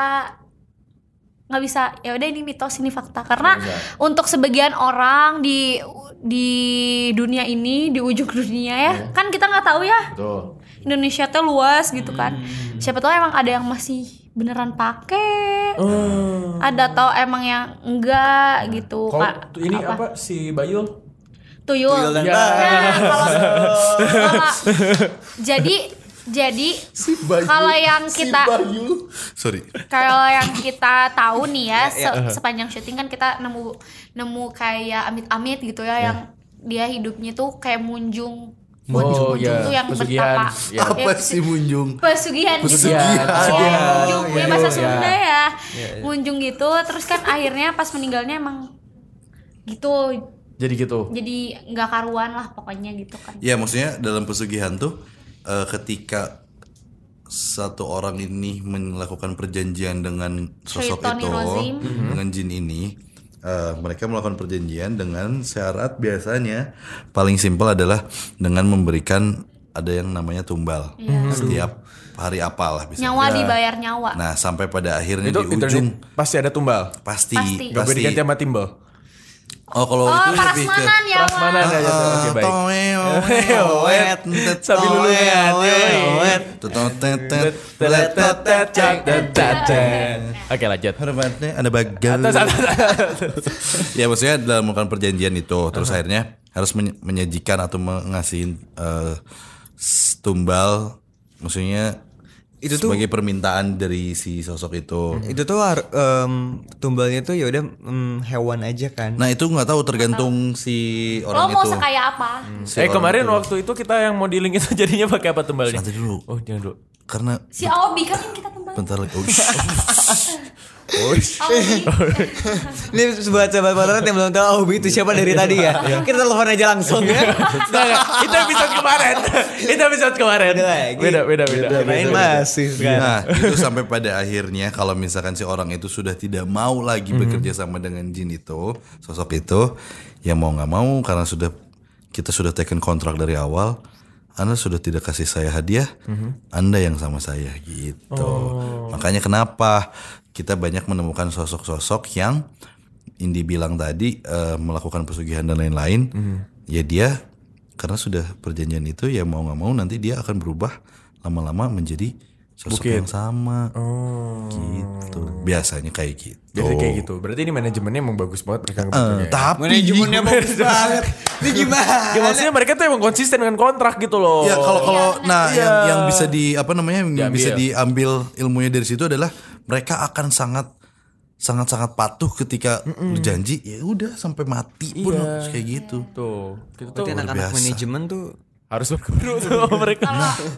nggak bisa ya udah ini mitos ini fakta karena untuk sebagian orang di di dunia ini di ujung dunia ya kan kita nggak tahu ya Betul. Indonesia tuh luas gitu kan siapa tahu emang ada yang masih beneran pakai ada atau emang yang enggak gitu Kalau Kak. ini apa? si Bayul? tuyul, Tuyul dan Ya. Nah, kalau kalau- jadi jadi kalau yang kita sorry. kalau yang kita tahu nih ya, Ya, se- sepanjang syuting kan kita nemu nemu kayak amit-amit gitu ya, yang dia hidupnya tuh kayak munjung. Oh, Munjung ya, tuh yang pesugihan. betapa Ya. Apa sih munjung? pesugihan gitu. Pesugihan. Iya, Iya, munjung. iya, Ya, bahasa iya. Sunda ya. Munjung gitu, terus kan akhirnya pas meninggalnya emang gitu. Jadi gitu. Jadi nggak karuan lah pokoknya gitu kan. Ya maksudnya dalam pesugihan tuh uh, ketika satu orang ini melakukan perjanjian dengan sosok Syaitan itu, Rozim. dengan jin ini, uh, mereka melakukan perjanjian dengan syarat biasanya paling simpel adalah dengan memberikan ada yang namanya tumbal Iya. setiap hari apalah misalnya. Nyawa dibayar nyawa. Nah sampai pada akhirnya Itu di ujung pasti ada tumbal. pasti Pasti. Gak boleh diganti sama timbal. Oh kalau Oh, itu lebih ke prasmanan ya, Prasmanan Wan. aja tuh. Oke baik. Toet, Sambil luluyan, yoi. Oke lanjut. Hormatnya ada bagal. Atas atas atas. Ya maksudnya dalam melakukan perjanjian itu terus akhirnya harus menye- menyajikan atau mengasih eh, s- tumbal, maksudnya Itu tuh- sebagai permintaan dari si sosok itu. Itu tuh har- em, tumbalnya tuh ya udah em, hewan aja kan. Nah itu nggak tahu tergantung si Lo orang mau itu. sekaya apa? Si Eh orang kemarin itu. waktu itu kita yang modeling itu jadinya pakai apa tumbalnya? Nanti dulu, Oh jangan dulu. karena Si Aobi kan yang kita tembak. bentar lagi. Oh, Aobi. Ini buat sahabat potret yang belum tahu Aubi itu siapa dari tadi ya. Kita telepon aja langsung ya. Enggak, enggak. Itu episode kemarin. Itu episode kemarin. Beda lagi. Beda, beda, beda. Main masih sekarang. Nah itu sampai pada akhirnya kalau misalkan si orang itu sudah tidak mau lagi bekerja sama dengan jin itu, sosok itu, ya mau nggak mau karena sudah kita sudah taken kontrak dari awal, Anda sudah tidak kasih saya hadiah, Anda yang sama saya gitu. Makanya kenapa kita banyak menemukan sosok-sosok yang Indi bilang tadi eh, melakukan pesugihan dan lain-lain, ya dia karena sudah perjanjian itu ya mau nggak mau nanti dia akan berubah lama-lama menjadi sosok Bukit. yang sama. Oh. Gitu. Biasanya kayak gitu. Jadi kayak gitu. Berarti ini manajemennya emang bagus banget mereka ngebentuknya. Eh, tapi Manajemennya bagus banget. Ini gimana? Ya maksudnya mereka tuh emang konsisten dengan kontrak gitu loh. ya kalau kalau nah Iya. yang yang bisa di apa namanya yang Diambil. bisa diambil ilmunya dari situ adalah mereka akan sangat sangat sangat patuh ketika berjanji ya udah sampai mati pun Iya. harus kayak gitu. Tuh. Gitu tuh Berarti anak-anak biasa. manajemen tuh harus berguru tuh sama mereka.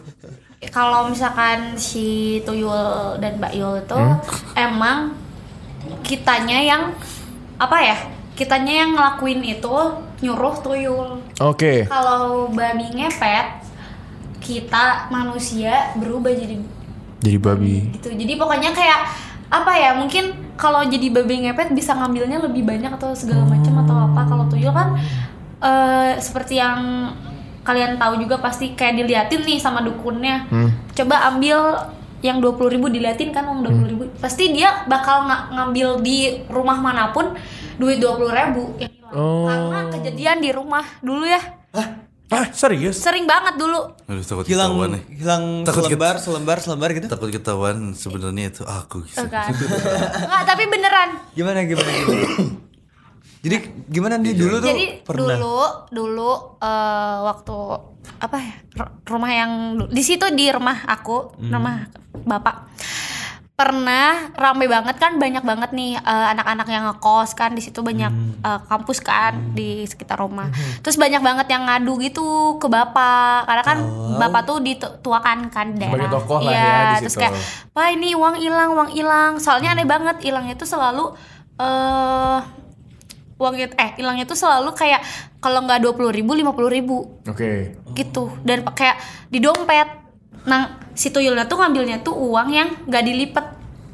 Kalau misalkan si Tuyul dan Mbak Yul itu emang kitanya yang apa ya? Kitanya yang ngelakuin itu nyuruh Tuyul. Oke. Kalau babi ngepet, kita manusia berubah jadi Jadi babi. gitu. Jadi pokoknya kayak apa ya? Mungkin kalau jadi babi ngepet bisa ngambilnya lebih banyak atau segala macam atau apa. Kalau Tuyul kan eh, seperti yang kalian tahu juga pasti kayak diliatin nih sama dukunnya. Coba ambil yang dua puluh ribu diliatin kan uang dua puluh ribu. Pasti dia bakal ng- ngambil di rumah manapun duit dua puluh ribu yang hilang. Oh. Karena kejadian di rumah dulu ya. Ah serius? Sering banget dulu. Aduh, takut hilang ketahuan nih. hilang Takut selembar selembar selembar gitu. Takut ketahuan sebenarnya itu aku gitu. Tuh kan. Enggak, tapi beneran. Gimana gimana gimana? Jadi gimana nih dulu tuh Jadi pernah dulu dulu eh, waktu apa ya? r- Rumah yang du- di situ di rumah aku, rumah bapak. Pernah rame banget kan, banyak banget nih eh, anak-anak yang ngekos kan, di situ banyak eh, kampus kan di sekitar rumah. Terus banyak banget yang ngadu gitu ke bapak, karena kan bapak tuh dituakan kan di Sebagai daerah. tokoh lah Iya, ya di terus situ. kayak, "Pak, ini uang hilang, uang hilang." Soalnya aneh banget, hilangnya tuh selalu eh uang itu eh hilangnya tuh selalu kayak kalau nggak dua puluh ribu lima puluh ribu Oke. gitu, dan pa- kayak di dompet. Nah si Tuyulnya tuh ngambilnya tuh uang yang nggak dilipet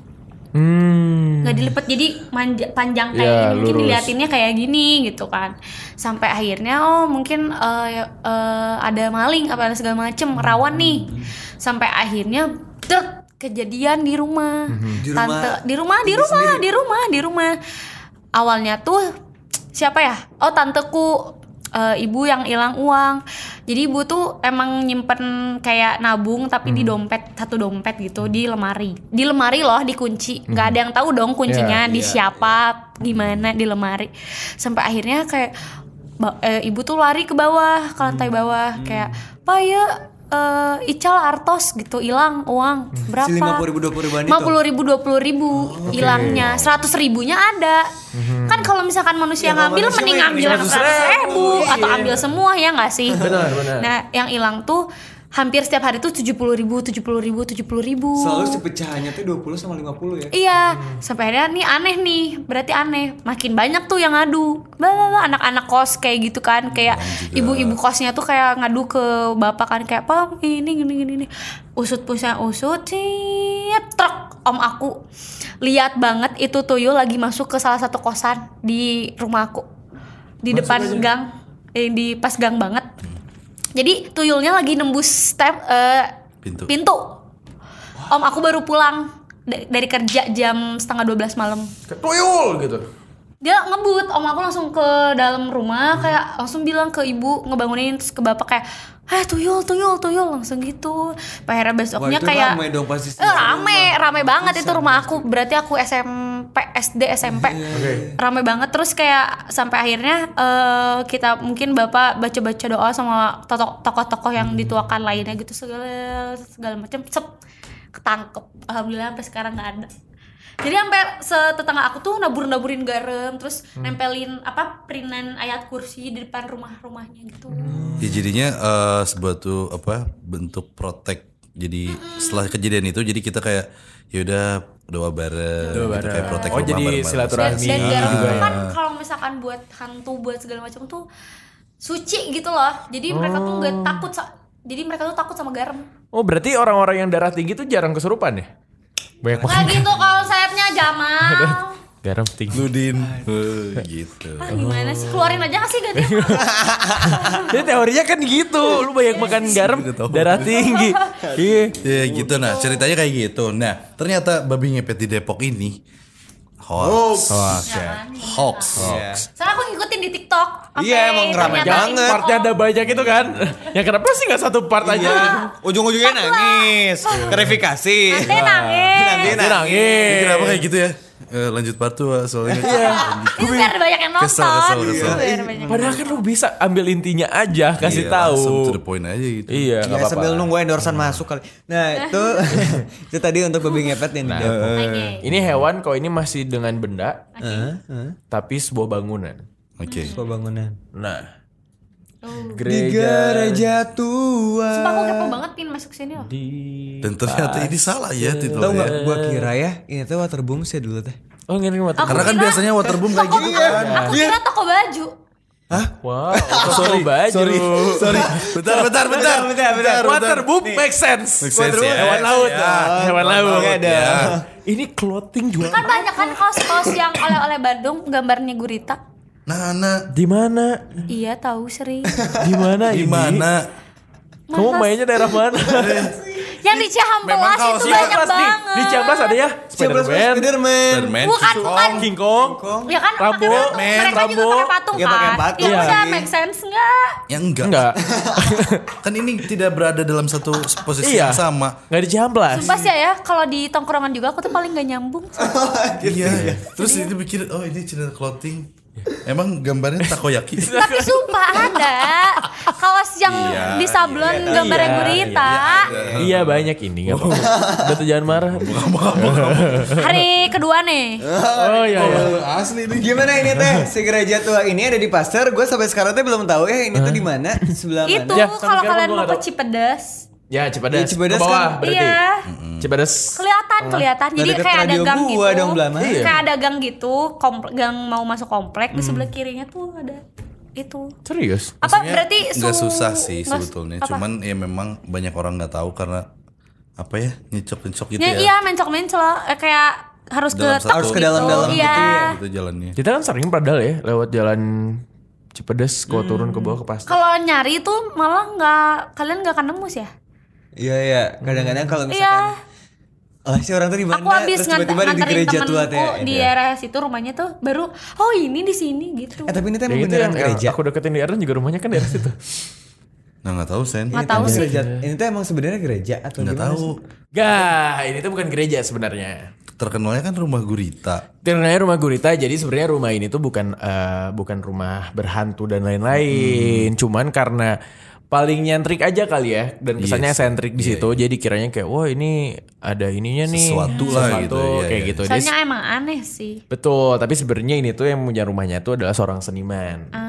Hmm. nggak dilipet jadi manja, panjang kayak Ya, gini, mungkin lurus. diliatinnya kayak gini gitu kan, sampai akhirnya oh mungkin eh, eh, ada maling apa ada segala macem, rawan nih, sampai akhirnya truk kejadian di rumah. Di Tante rumah di rumah di rumah di rumah di rumah awalnya tuh siapa ya, oh tanteku, eh, ibu yang hilang uang. Jadi ibu tuh emang nyimpen kayak nabung tapi di dompet, satu dompet gitu di lemari. Di lemari loh, dikunci. Nggak ada yang tahu dong kuncinya Ya, di iya, siapa, gimana di lemari. Sampai akhirnya kayak ba- eh, ibu tuh lari ke bawah, ke lantai bawah kayak, "Pak ya, eh, Ical Artos gitu hilang uang berapa?" si lima puluh ribu dua puluh ribuan itu. lima puluh ribu dua puluh ribu hilangnya, seratus ribunya ada. Kan kalau misalkan manusia Ya, kalau ngambil manusia mending mah ngambil yang seratus seratus ribu ribu, atau iya. ambil semua ya nggak sih? Benar, benar. Nah yang hilang tuh hampir setiap hari tuh tujuh puluh ribu, tujuh puluh ribu, tujuh puluh ribu. Selalu si pecahannya tuh dua puluh sama lima puluh ya. Iya, hmm. sampai akhirnya nih aneh nih, berarti aneh. Makin banyak tuh yang ngadu. Blah, anak-anak kos kayak gitu kan, kayak ibu-ibu kosnya tuh kayak ngadu ke bapak kan kayak, "Pak, ini gini gini nih." Usut punya usut, cit, truk om aku. Lihat banget itu tuyul lagi masuk ke salah satu kosan di rumah aku. Di masuk depan aja. gang, eh, di pas gang banget. Jadi tuyulnya lagi nembus step uh, pintu. pintu. Om aku baru pulang dari kerja jam setengah dua belas malam. Tuyul gitu. Dia ngebut, om aku langsung ke dalam rumah kayak langsung bilang ke ibu ngebangunin terus ke bapak kayak, "Eh tuyul, tuyul, tuyul," langsung gitu. Akhirnya besoknya Wah, kayak rame dong pasti. Eh, rame, rame banget itu rumah aku. Berarti aku S M P, S D, S M P. Okay. Rame banget terus kayak sampai akhirnya uh, kita mungkin bapak baca-baca doa sama tokoh-tokoh yang dituakan lainnya gitu segala segala macam sep ketangkep. Alhamdulillah sampai sekarang nggak ada. Jadi sampai setetangga aku tuh nabur-naburin garam terus hmm. nempelin apa printan ayat kursi di depan rumah-rumahnya gitu. Hmm. Ya jadinya uh, sebuah tuh apa bentuk protek. Jadi hmm. setelah kejadian itu jadi kita kayak yaudah doa bareng, doa bareng. Gitu, kayak protek oh, rumah jadi bareng. silaturahmi. Dan, dan garam itu kan kalau misalkan buat hantu buat segala macam tuh suci gitu loh. Jadi oh. mereka tuh nggak takut. Jadi mereka tuh takut sama garam. Oh berarti orang-orang yang darah tinggi tuh jarang kesurupan ya? Banyak nah gitu kalau sayapnya Jamal garam tinggi Ludin uh, gitu. Ah gimana sih keluarin aja gak sih gantian. Jadi teorinya kan gitu. Lu banyak makan garam darah tinggi. Iya ya gitu. Nah ceritanya kayak gitu. Nah ternyata babi ngepet di Depok ini hoax. Hoax ya. Hoax. Hoax. Soalnya aku ngikutin di TikTok. Iya emang ramai banget. Partnya ada banyak itu kan. Ya kenapa sih gak satu part aja? Ujung-ujungnya nangis. Klarifikasi. Nanti nangis. Nanti nangis. Ini kenapa kayak gitu ya? Uh, lanjut part dua soalnya. Iya. Itu biar banyak yang nonton. Kesel, kesel, kesel. Iya. Padahal kan lu bisa ambil intinya aja, kasih iya, tahu. Langsung to the point aja gitu. Iya, ya, apa-apa. sambil nunggu endorsan hmm. masuk kali. Nah, itu itu tadi untuk babi ngepet yang nah, di Depok. Okay. Ini hewan kok ini masih dengan benda. Okay. Uh, uh. Tapi sebuah bangunan. Oke. Okay. Sebuah bangunan. Nah. Oh. Gereja. Di gereja tua. Sumpah aku kepo banget pin masuk sini loh. Dan ternyata ini salah ya titelnya. Tahu enggak gua kira ya, ini tuh waterboom sih dulu teh. Oh ngeri water. Karena kan biasanya waterboom kayak gitu kan. Aku kira toko baju. Hah? Wow, sorry, baju. sorry, sorry. Bentar, bentar, bentar, bentar, bentar. Waterboom make sense. Make sense ya. Hewan laut, ya. hewan laut. Ada. Ya. Ini clothing jual. Kan banyak kan kaos-kaos yang oleh-oleh Bandung gambarnya gurita. Nah, nah. Di mana? Iya tahu sering. Di mana ini? Di mana? Kamu mainnya daerah mana? Yang di Cihampelas itu banyak banget. Di Cihampelas ada ya? Spiderman. Spiderman. Bukan, bukan. King Kong. Ya kan Rambo. Mereka juga pakai patung ya, kan. pakai patung. Ya udah Iya. make sense enggak? Ya enggak. Enggak. Kan ini tidak berada dalam satu posisi iya. yang sama. Enggak di Cihampelas. Sumpah sih ya, kalau di tongkrongan juga aku tuh paling gak nyambung. Iya. Terus itu pikir, oh ini channel clothing. Emang gambarnya takoyaki? Tapi sumpah ada kaos yang iya, di sablon iya, gambarnya iya, gurita. Iya, iya banyak ini nggak apa-apa. Udah tuh jangan marah. Hari kedua nih. Oh iya iya. Asli nih. Gimana ini teh? Si gereja tua ini ada di Pasteur. Gue sampai sekarang teh belum tahu ya ini tuh di mana, sebelah Itu mana. Ya, kalau sampai kalian sekarang mau gua ke nggak Cipedes. Ya Cipadas. Di Cipadas ke bawah kan? berarti. Iya. Cipadas. Kelihatan, kelihatan. Jadi Deket kayak ada radio gang gua gitu. dong, Blama. Iya. Kayak ada gang gitu, komplek, gang mau masuk komplek di sebelah kirinya tuh ada itu. Serius? Apa Maksudnya berarti nggak su- susah sih nggak- sebetulnya. apa? Cuman ya memang banyak orang nggak tahu karena apa ya nyecok-nyecok gitu Ya, ya. iya mencok-mencok eh, kayak harus Dalam ke satu- Harus ke dalam-dalam iya. gitu ya. Itu jalannya. Kita kan sering padahal ya lewat jalan Cipadas kau turun ke bawah ke Pasteur. Kalau nyari tuh malah nggak kalian nggak akan nemu sih ya? Iya iya. Kadang-kadang kalau Iya. misalkan oh si orang tuh di mana? Aku habis Terus ngant- tiba-tiba ada di nganterin gereja tua teh. temenku di daerah situ rumahnya tuh baru oh ini di sini gitu. Eh tapi ini teh Ya emang itu beneran yang, yang gereja. aku deketin di Erden juga rumahnya kan daerah situ. Nah nggak tahu Sen. Nggak tahu Ini sih. gereja. Ini tuh emang sebenarnya gereja atau Nggak gimana tahu. sih? Gah, ini tuh bukan gereja sebenarnya. Terkenalnya kan rumah gurita. Terkenalnya rumah gurita, jadi sebenarnya rumah ini tuh bukan eh, bukan rumah berhantu dan lain-lain. Hmm. Cuman karena paling nyentrik aja kali ya, dan kesannya Yes. sentrik di Iya, situ. Jadi kiranya kayak, wah ini ada ininya nih, Sesuatu lah gitu, iya, kayak iya. gitu. Jadi, Soalnya emang aneh sih. betul, tapi sebenarnya ini tuh yang punya rumahnya tuh adalah seorang seniman. Ah.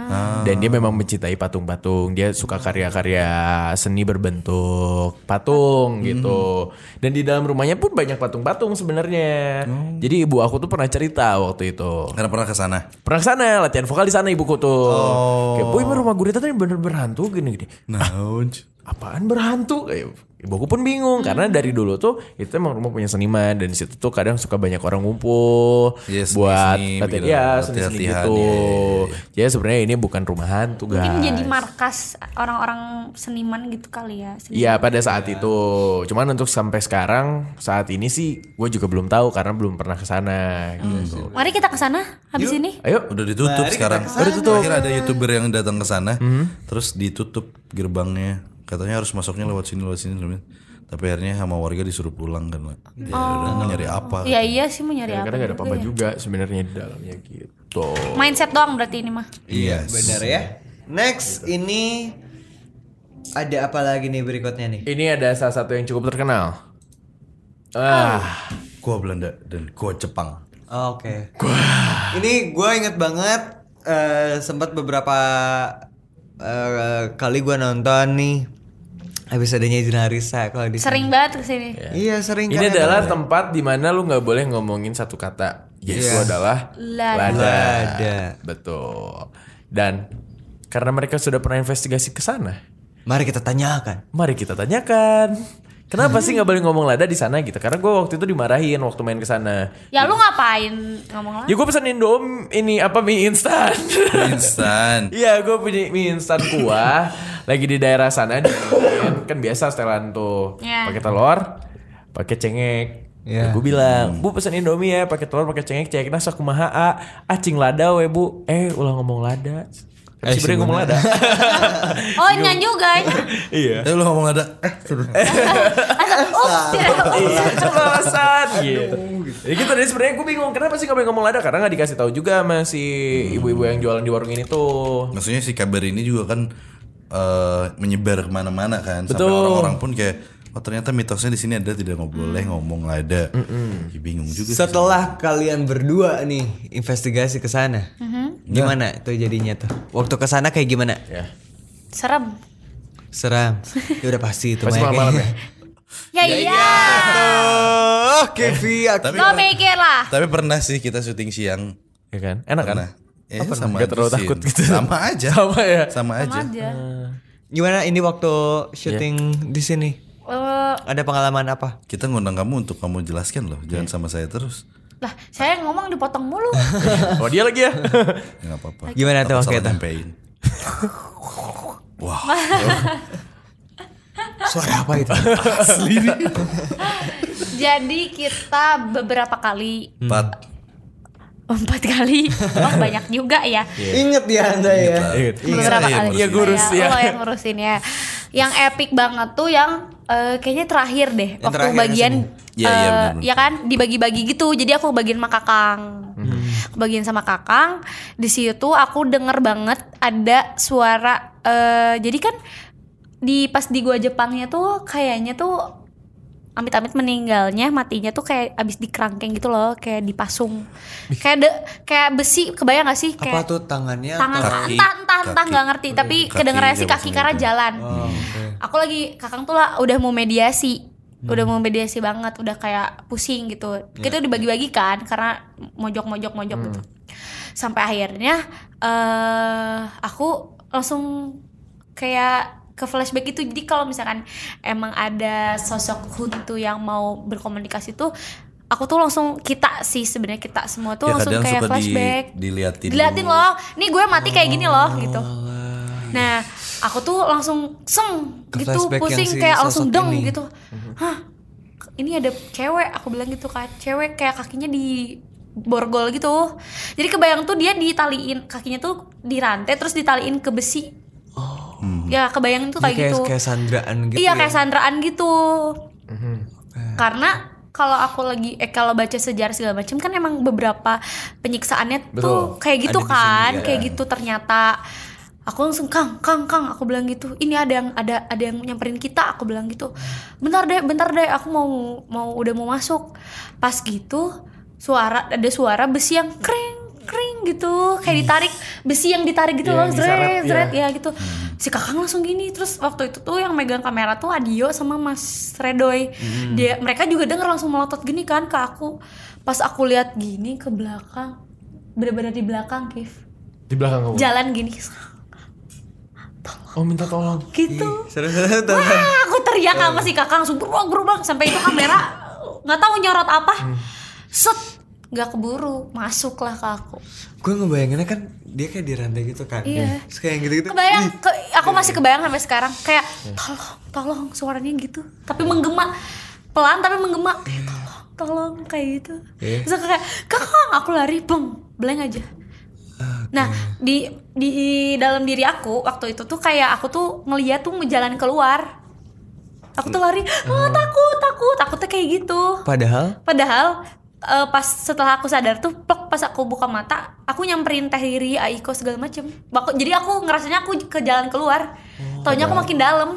Dan dia memang mencintai patung-patung. Dia suka karya-karya seni berbentuk patung gitu. Dan di dalam rumahnya pun banyak patung-patung sebenarnya. Jadi ibu aku tuh pernah cerita waktu itu. Karena pernah ke sana. Pernah ke sana latihan vokal di sana ibuku tuh. Kayak, "Boy, rumah gue ternyata bener berhantu gini-gini." Nah, Apaan berhantu? Kayak, ibuku pun bingung karena dari dulu tuh itu emang rumah punya seniman dan di situ tuh kadang suka banyak orang ngumpul Iya, seni-seni, buat latihan begitu, ya seni-seni latihan-latihan, gitu. iya, iya, Jadi sebenarnya ini bukan rumah hantu guys. Mungkin jadi markas orang-orang seniman gitu kali ya. seniman. Iya pada saat itu. Cuman untuk sampai sekarang saat ini sih gue juga belum tahu karena belum pernah ke sana gitu. Mari kita ke sana habis ini. Ayo. udah ditutup Mari sekarang. kita Udah ditutup. Akhirnya ada YouTuber yang datang ke sana, terus ditutup gerbangnya. Katanya harus masuknya lewat sini lewat sini. Tapi akhirnya sama warga disuruh pulang kan. Ya udah mau nyari apa? Iya iya sih mau nyari apa. Kadang-kadang gak ada apa-apa juga ya. juga sebenarnya di dalamnya gitu. Mindset doang berarti ini mah. Iya. Bener ya. Next ini ada apa lagi nih berikutnya nih? Ini ada salah satu yang cukup terkenal. Ah, Gua Belanda dan gua Jepang. Oke. Ini gue inget banget eh, sempat beberapa eh, kali gue nonton nih. Habis adanya Dina Risa kalau di Sering banget kesini. Iya sering. ini kan adalah ada. tempat di mana lu nggak boleh ngomongin satu kata. Yes, Iya. itu adalah Lada. Lada. Betul. Dan karena mereka sudah pernah investigasi ke sana, Mari kita tanyakan. mari kita tanyakan. Kenapa sih nggak boleh ngomong lada di sana gitu? Karena gue waktu itu dimarahin waktu main ke sana. Ya lu ngapain ngomong lah? Ya gue pesan Indom ini apa mie instan. Instan. Iya gue punya mie instan kuah. Lagi di daerah sana di kan biasa setelan tuh Iya. pakai telur, pakai cengek. Iya. Ya, gue bilang, "Bu pesen Indomie ya, pakai telur, pakai cengek, cengek nasa kumaha a, acing lada we Bu." Eh, ulah ngomong lada. Tapi Eh, sebenarnya ngomong lada. Oh nyanyi juga ya. Iya. Eh lu ngomong ada. Eh, Oh tidak. Iya, keceplosan gitu. Ya gitu, jadi sebenarnya gue bingung kenapa sih gak boleh ngomong lada karena gak dikasih tahu juga sama si ibu-ibu yang jualan di warung ini tuh. maksudnya si kabar ini juga kan eh, menyebar kemana-mana kan. Sampai Betul. orang-orang pun kayak, oh ternyata mitosnya di sini ada tidak nggak boleh ngomong lada. Ya, bingung juga. sih. Setelah kalian berdua nih investigasi ke sana, gimana tuh jadinya tuh? Waktu ke sana kayak gimana? Ya. Serem. Seram. Ya udah pasti itu. Pasti Maya, malam-malam ya. kayaknya. Ya iya. Oh, Kevi, aku. Tapi Lo mikir lah. tapi pernah sih kita syuting siang. Ya kan? Enak kan? Pernah. Eh, sama Gak terlalu aja sih. takut gitu. Sama aja. Sama ya. Sama aja. Aja. Gimana ini waktu syuting di sini? Eh, Ada pengalaman apa? Kita ngundang kamu untuk kamu jelaskan loh. Jangan sama saya terus. lah saya ngomong dipotong mulu. Oh dia lagi ya. Ya nggak apa-apa. Gimana tuh Aku waktu salah itu? nyampein. Wah. Suara apa itu? Jadi kita beberapa kali Empat. empat kali. Oh banyak juga ya. Ingat ya Anda ya. Beberapa Iya, kali. iya, ngurus ya. ya. Lo yang ngurusin ya. Yang epic banget tuh yang eh, kayaknya terakhir deh. Yang waktu terakhir bagian Iya, iya, eh, benar-benar. ya kan dibagi-bagi gitu. Jadi aku bagian sama Kakang. Kebagian sama Kakang. Di situ aku denger banget ada suara eh, jadi kan di pas di gua Jepangnya tuh kayaknya tuh amit-amit meninggalnya matinya tuh kayak abis dikerangkeng gitu loh, kayak dipasung kayak de, kayak besi, kebayang gak sih Apa kayak tuh tangannya? tangan atau- Kaki. entah entah entah Kaki. nggak ngerti tapi Kaki, kedengerannya sih kayak kaki maksudnya karena itu. jalan. Oh, oke. Aku lagi Kakang tuh lah udah mau mediasi, udah mau mediasi banget, udah kayak pusing gitu. Kita dibagi-bagi kan karena mojok-mojok mojok gitu. Sampai akhirnya eh aku langsung kayak ke flashback itu. Jadi kalau misalkan emang ada sosok hantu yang mau berkomunikasi tuh, aku tuh langsung kita sih sebenarnya kita semua tuh Ya langsung kadang kayak suka di, flashback. diliatin. Diliatin dulu. loh, nih gue mati kayak gini loh gitu. Nah, aku tuh langsung seng Ke gitu, flashback yang pusing si kayak langsung sosok deng ini. gitu. Hah, ini ada cewek, aku bilang gitu kan, cewek kayak kakinya di borgol gitu. Jadi kebayang tuh dia ditaliin kakinya tuh di rantai terus ditaliin ke besi. Ya kebayang tuh Jadi kayak, kayak gitu. kayak sandraan gitu. Iya ya? kayak sandraan gitu. Karena kalau aku lagi eh kalau baca sejarah segala macam kan emang beberapa penyiksaannya tuh Betul. kayak gitu Ada di kan, sini, ya. kayak gitu ternyata. Aku langsung Kang, Kang, Kang, aku bilang gitu. Ini ada yang ada ada yang nyamperin kita, aku bilang gitu. Bentar deh, bentar deh, aku mau mau udah mau masuk. Pas gitu suara ada suara besi yang kreng kering gitu, kayak ditarik besi yang ditarik gitu Iya, loh, yang diseret, zret zret iya. ya gitu. Si Kakang langsung gini, terus waktu itu tuh yang megang kamera tuh Adio sama Mas Redoy. Dia mereka juga denger langsung melotot gini kan ke aku. Pas aku lihat gini ke belakang, bener-bener di belakang Kif. Di belakang kamu. Jalan gini. Oh minta tolong. Gitu. Seru-seru tuh. Wah, aku teriak sama si Kakang langsung berubah-berubah sampai itu kamera nggak tahu nyorot apa. Set, nggak keburu, masuklah ke aku. Gue ngebayanginnya kan dia kayak di rantai gitu kan. Iya. Terus kayak gitu-gitu. Kebayang, ke, aku masih kebayang sampai sekarang kayak tolong, tolong suaranya gitu. Tapi menggema pelan tapi menggema. Eh, tolong, tolong kayak gitu. Iya. Terus aku kayak Kakang, aku lari, beng, blank aja. Nah, di di dalam diri aku waktu itu tuh kayak aku tuh ngeliat tuh jalan keluar. Aku tuh lari, oh, takut, takut, takutnya kayak gitu. Padahal Padahal uh, pas setelah aku sadar tuh, plek, pas aku buka mata, aku nyamperin Teh Riri, Aiko segala macem. Baku- Jadi aku ngerasanya aku ke jalan keluar. Taunya aku makin dalam.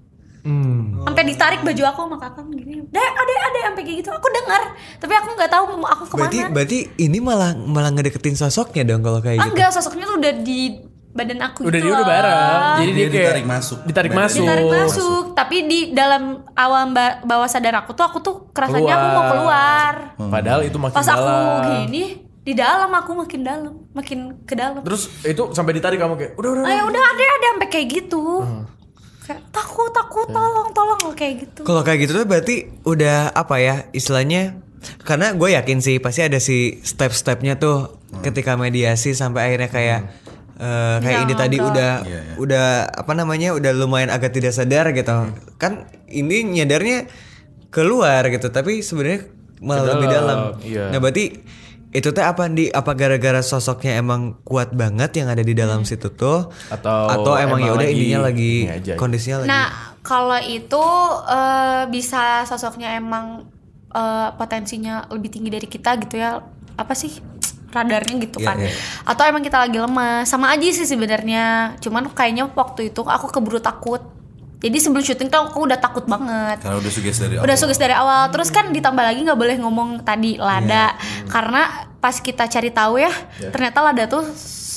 Hmm. Sampai ditarik baju aku sama Kakang gini. Deh, ada ada sampai kayak gitu. Aku dengar, tapi aku nggak tahu mau aku kemana. berarti berarti ini malah malah ngedeketin sosoknya dong kalau kayak Ah, gitu. enggak, sosoknya tuh udah di badan aku Udah gitu dia udah loh. bareng. Jadi dia, Dia kayak ditarik masuk. Ditarik Badan. masuk. Ditarik masuk, tapi di dalam awam ba- bawah sadar aku tuh aku tuh kerasanya aku mau keluar. Padahal itu makin Pas aku dalam. gini, di dalam aku makin dalam, makin ke dalam. Terus itu sampai ditarik kamu kayak udah udah. Ah, ya udah ada ada sampai kayak gitu. Kayak takut takut tolong tolong kayak gitu. Kalau kayak gitu tuh berarti udah apa ya istilahnya? Karena gue yakin sih pasti ada si step-stepnya tuh ketika mediasi sampai akhirnya kayak eh, kayak Ya, ini tadi agak- udah Iya, iya. udah apa namanya udah lumayan agak tidak sadar gitu. Kan ini nyadarnya keluar gitu tapi sebenarnya malah Ke lebih dalam, dalam. iya. Nah berarti itu teh apa di apa gara-gara sosoknya emang kuat banget yang ada di dalam situ tuh Atau atau emang, ya emang udah lagi intinya lagi ini aja. kondisinya lagi. Nah kalau itu eh, bisa sosoknya emang eh, potensinya lebih tinggi dari kita gitu ya, apa sih radarnya gitu Iya, kan? iya. Atau emang kita lagi lemah, sama aja sih sebenarnya. Cuman kayaknya waktu itu aku keburu takut. Jadi sebelum syuting tuh aku udah takut banget. Karena udah suges dari Udah awal. sukses dari awal. Terus kan ditambah lagi nggak boleh ngomong tadi lada, Iya. karena pas kita cari tahu ya, ternyata lada tuh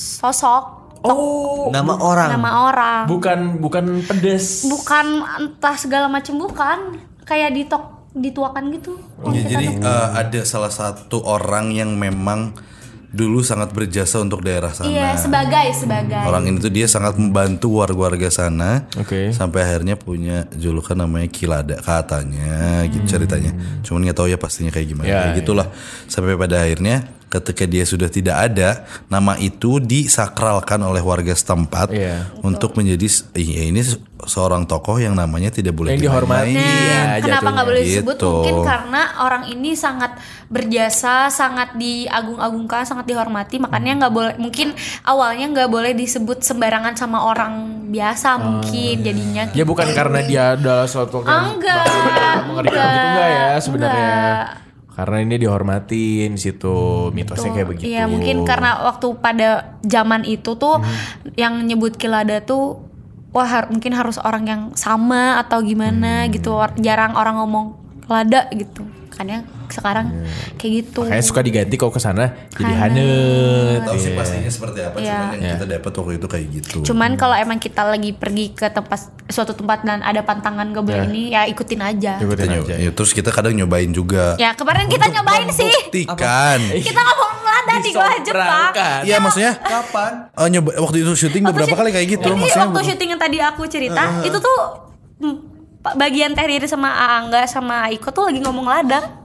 sosok Oh, Nama orang. nama orang. bukan bukan pedes. Bukan entah segala macam, bukan kayak ditok dituakan gitu. Ya, jadi eh, ada salah satu orang yang memang dulu sangat berjasa untuk daerah sana. Iya, sebagai sebagai. Orang ini tuh dia sangat membantu warga-warga sana. Oke. Sampai akhirnya punya julukan namanya Kilada katanya gitu ceritanya. Cuman nggak tahu ya pastinya kayak gimana. Ya, kayak gitulah. Sampai pada akhirnya ketika dia sudah tidak ada, nama itu disakralkan oleh warga setempat Iya. untuk menjadi ya ini seorang tokoh yang namanya tidak boleh Yang dihormati. dimain-main. Iya, Nah, kenapa jatuhnya. nggak boleh disebut? Gitu. Mungkin karena orang ini sangat berjasa, sangat diagung-agungkan, sangat dihormati. Makanya nggak boleh. Mungkin awalnya nggak boleh disebut sembarangan sama orang biasa. Mungkin jadinya. Ya bukan karena dia adalah suatu yang Enggak, mengerikan enggak, gitu enggak ya sebenarnya. enggak. Karena ini dihormatin di situ, mitosnya kayak begitu. Iya, mungkin karena waktu pada zaman itu tuh Hmm. yang nyebut Kilada tuh wah har- mungkin harus orang yang sama atau gimana Hmm. gitu. Or- Jarang orang ngomong lada gitu. Makanya sekarang kayak gitu. Makanya suka diganti kalau ke sana jadi Hanet. hanet. Tahu sih Iya. pastinya seperti apa, Iya. cuman yang kita dapat waktu itu kayak gitu. Cuman kalau emang kita lagi pergi ke tempat suatu tempat dan ada pantangan gak boleh Ya. ini ya ikutin aja. Ikutin Kita aja. nyoba- ya, terus kita kadang nyobain juga. Ya kemarin kita nyobain sih. Buktikan. Kita ngomong lada di gua Jepang. Disobrangkan. Iya maksudnya Kapan? oh, nyoba waktu itu syuting Waktu beberapa syut- kali kayak gitu. Ini Maksudnya waktu syuting yang tadi aku cerita itu tuh mm, bagian Teh Riri sama Aangga sama Aiko tuh lagi ngomong lada.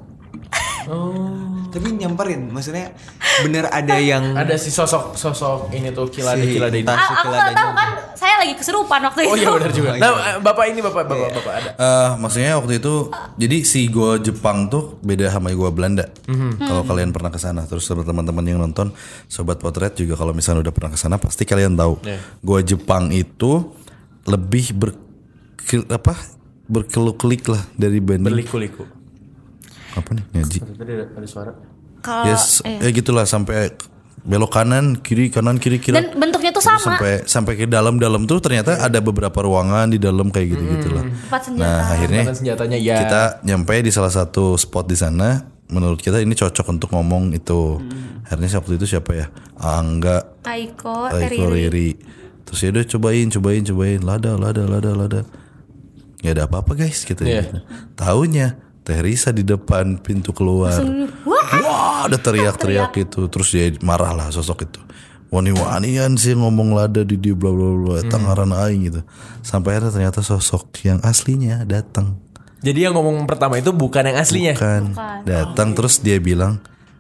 Tapi nyamperin, maksudnya bener ada yang Ada si sosok sosok ini tuh kilada Si- kilada itu. entah- Ah, aku nggak Kilada tahu juga. kan, saya lagi kesurupan waktu Oh itu. iya benar juga. Nah, eh, bapak ini bapak bapak bapak ada. Eh, maksudnya waktu itu jadi si gua Jepang tuh beda sama gua Belanda. Kalau kalian pernah ke sana, terus teman-teman yang nonton Sobat Potret juga kalau misalnya udah pernah ke sana pasti kalian tahu. Yeah. Gua Jepang itu lebih ber apa berkeluk-kelik lah dari banding Berliku-liku. apa nih ngaji. Tadi ada, ada suara. Kalau Yes, iya. ya gitulah sampai belok kanan kiri kanan kiri kiri. Dan bentuknya tuh Terus sama. sampai sampai ke dalam-dalam tuh ternyata ada beberapa ruangan di dalam kayak gitu gitulah. Tempat senjata. Nah akhirnya Bahkan senjatanya ya. kita nyampe di salah satu spot di sana menurut kita ini cocok untuk ngomong itu. Hmm. Akhirnya waktu itu siapa ya? Angga, Aiko, Aiko Riri. Riri. Terus ya udah cobain, cobain, cobain. Lada, lada, lada, lada. Gak ada apa-apa guys gitu Yeah. ya. Taunya Teh Risa di depan pintu keluar. Wah, Wah, ada teriak-teriak itu. Terus dia marah lah sosok itu. Wani-wanian sih ngomong lada di dia bla bla bla. Tangaran aing gitu. Sampai akhirnya ternyata sosok yang aslinya datang. Jadi yang ngomong pertama itu bukan yang aslinya. Bukan. Datang terus dia bilang,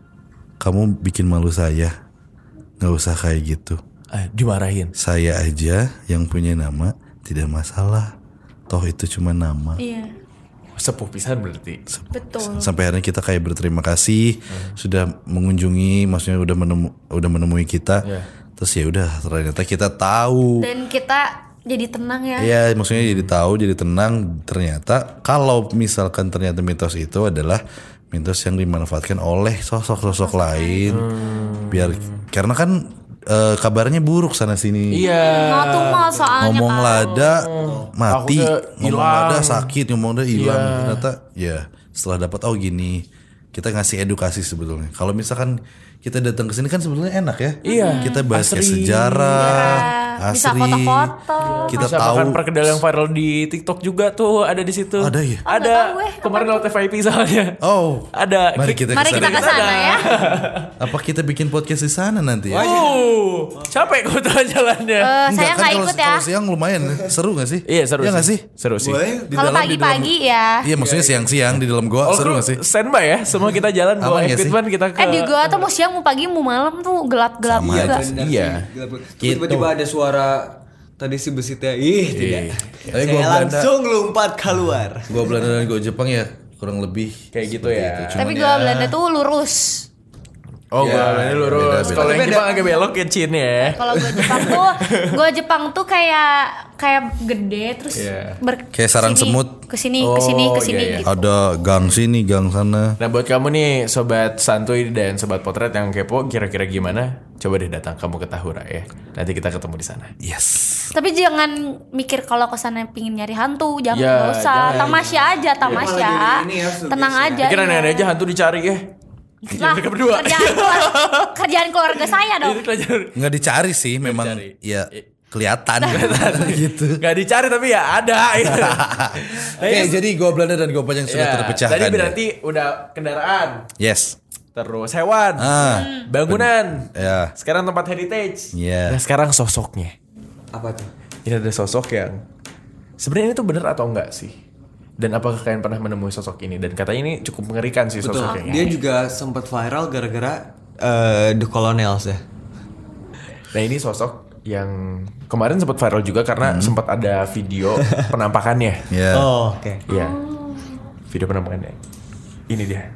"Kamu bikin malu saya. Gak usah kayak gitu. Eh, dimarahin. Saya aja yang punya nama, tidak masalah. Toh itu cuma nama." iya. Sepuh pisan berarti. Betul. Sampai akhirnya kita kayak berterima kasih hmm. sudah mengunjungi, maksudnya udah menemu, udah menemui kita. Yeah. Terus ya udah ternyata kita tahu. Dan kita jadi tenang ya. Iya, maksudnya jadi tahu, jadi tenang. Ternyata kalau misalkan ternyata mitos itu adalah mitos yang dimanfaatkan oleh sosok-sosok lain, hmm. biar karena kan Uh, kabarnya buruk sana sini. Iya. Nah tuh mah soalnya ngomong kan. lada mati, Takutnya ngomong hilang. lada sakit, ngomong lada hilang. Iya. Ternyata ya setelah dapat oh gini, kita ngasih edukasi sebetulnya. Kalau misalkan kita datang ke sini kan sebetulnya enak ya. Iya. Kita bahas kayak Asri. sejarah, Iya. Bisa asri. foto-foto. Kita Bisa tahu makan perkedel yang viral di TikTok juga tuh ada di situ. Ada ya? Oh, nggak Ada. tahu gue. Kemarin lewat F Y P soalnya. Oh, Ada. mari kita Mari kita kesana. ke sana ya. Apa kita bikin podcast di sana nanti ya? Oh, capek kebetulan jalannya. Eh, saya kan nggak kalau- ikut ya. Kalau siang lumayan, seru gak sih? Iya seru Iya sih. gak sih? Seru sih. Boleh. Di Kalau dalam- di dalam- pagi-pagi ya. Iya maksudnya siang-siang di dalam goa Oh, seru kru gak sih? standby ya. Semua kita jalan bawa Aman nggak sih? equipment kita ke. Eh di gua tuh mau siang mau pagi mau malam tuh gelap-gelap Sama juga. aja sih. Iya. Tiba-tiba ada suara tadi si besitnya ih tidak. Tapi Saya gua Belanda- langsung lompat keluar. Gua Belanda dan gua Jepang ya kurang lebih Kayak gitu seperti ya. itu. Cuman Tapi ya, gua Belanda tuh lurus. Oh, Iya, gua ini lurus. beda-beda. Kalau yang Beda. Jepang agak belok ya Chin ya. Kalau gua Jepang tuh, gua Jepang tuh kayak kayak gede terus Iya. ber- Kayak sarang kesini, semut. kesini kesini Oh, kesini iya, iya. gitu. ada gang sini, gang sana. Nah buat kamu nih sobat santuy dan sobat potret yang kepo kira-kira gimana? Coba deh datang kamu ke Tahura ya. Nanti kita ketemu di sana. Yes. Tapi jangan mikir kalau kesana pingin nyari hantu, jangan Ya, nggak usah. jangan. Tamasya aja, tamasya. Apalagi ini ya, Tenang sugesti. aja. Pikir iya. aneh-aneh aja hantu dicari ya. Lah, mereka berdua. Kerjaan, keluar- kerjaan keluarga saya dong. Itu kerjaan. Nggak dicari sih, memang dicari. ya kelihatan gitu. Gak dicari tapi ya ada. Gitu. Nah, Oke, ini- jadi gua Belanda dan gua Pajang sudah ya, terpecahkan. Tadi ya. berarti udah kendaraan, Yes. terus hewan, Ah, bangunan. ya. Sekarang tempat heritage. Iya. Nah sekarang sosoknya. Apa tuh? Ini ada sosok yang sebenarnya ini tuh bener atau enggak sih? Dan apakah kalian pernah menemui sosok ini? Dan katanya ini cukup mengerikan sih Betul. sosoknya. Dia juga sempat viral gara-gara eh, The Colonels ya. Nah ini sosok yang kemarin sempat viral juga karena sempat ada video penampakannya. Ya. Oh, oke. Iya. Video penampakannya. Ini dia.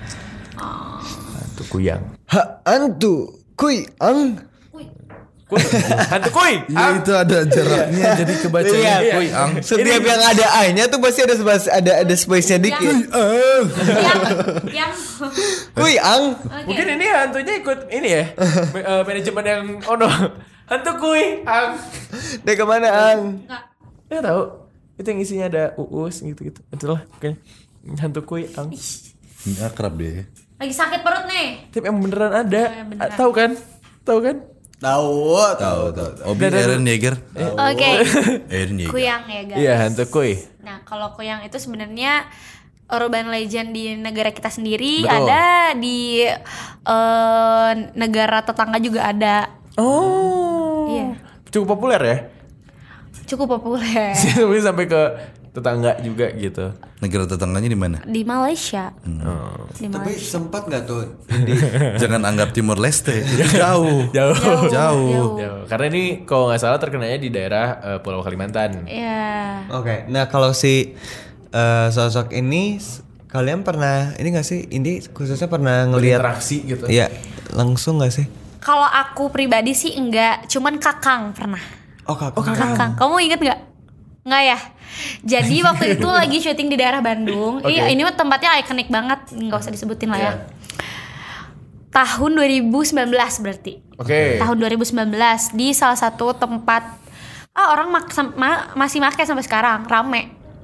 Hantu kuyang. Ha, antu, kui, ang. Kuy. Hantu kuy. Ya itu ada jaraknya jadi kebacanya. Iya, Woi, ang. Setiap yang ada I-nya tuh pasti ada space, ada ada space-nya dikit. Ang. yang yang Kui, ang. Mungkin ini hantunya ikut ini ya. Ma- eh, manajemen yang ono. Hantu kuy. Ang. Dia kemana, ang? Nggak tahu. Itu yang isinya ada uus gitu-gitu. Itulah kayaknya. Hantu kuy. Ang. Ini akrab deh. lagi sakit perut nih. Tapi emang beneran ada. Eh, beneran. Ah, Tahu kan? Tahu kan? Tahu, Tahu, tahu. Obi Dan- dan- Eren Yeager. Oke. Eren Yeager. Kuyang ya guys. Iya, hantu kuy. Nah, kalau kuyang itu sebenarnya urban legend di negara kita sendiri, Betul. ada di eh, negara tetangga juga ada. Oh. Iya. Cukup populer ya? Cukup populer Sampai sampai ke tetangga juga gitu. Negara tetangganya di mana? di Malaysia. Oh. Di Tapi Malaysia. sempat nggak tuh Indi? Jangan anggap Timor Leste. Itu jauh. Jauh. Jauh. Jauh. Jauh. Karena ini kalau nggak salah terkenanya di daerah eh, Pulau Kalimantan. Iya. Oke, nah kalau si eh, sosok ini s- kalian pernah ini nggak sih? Indi khususnya pernah ngelihat? Interaksi gitu. Iya, langsung nggak sih? Kalau aku pribadi sih enggak, cuman Kakang pernah. Oh kakak. Kakang. Kamu inget nggak? Nggak ya? Jadi waktu itu lagi syuting di daerah Bandung. Oke. Iya, ini mah tempatnya ikonik banget, nggak usah disebutin lah ya. Iya. Tahun dua ribu sembilan belas berarti. Oke. Tahun dua ribu sembilan belas di salah satu tempat ah orang mak- sam- ma- masih make sampai sekarang, rame.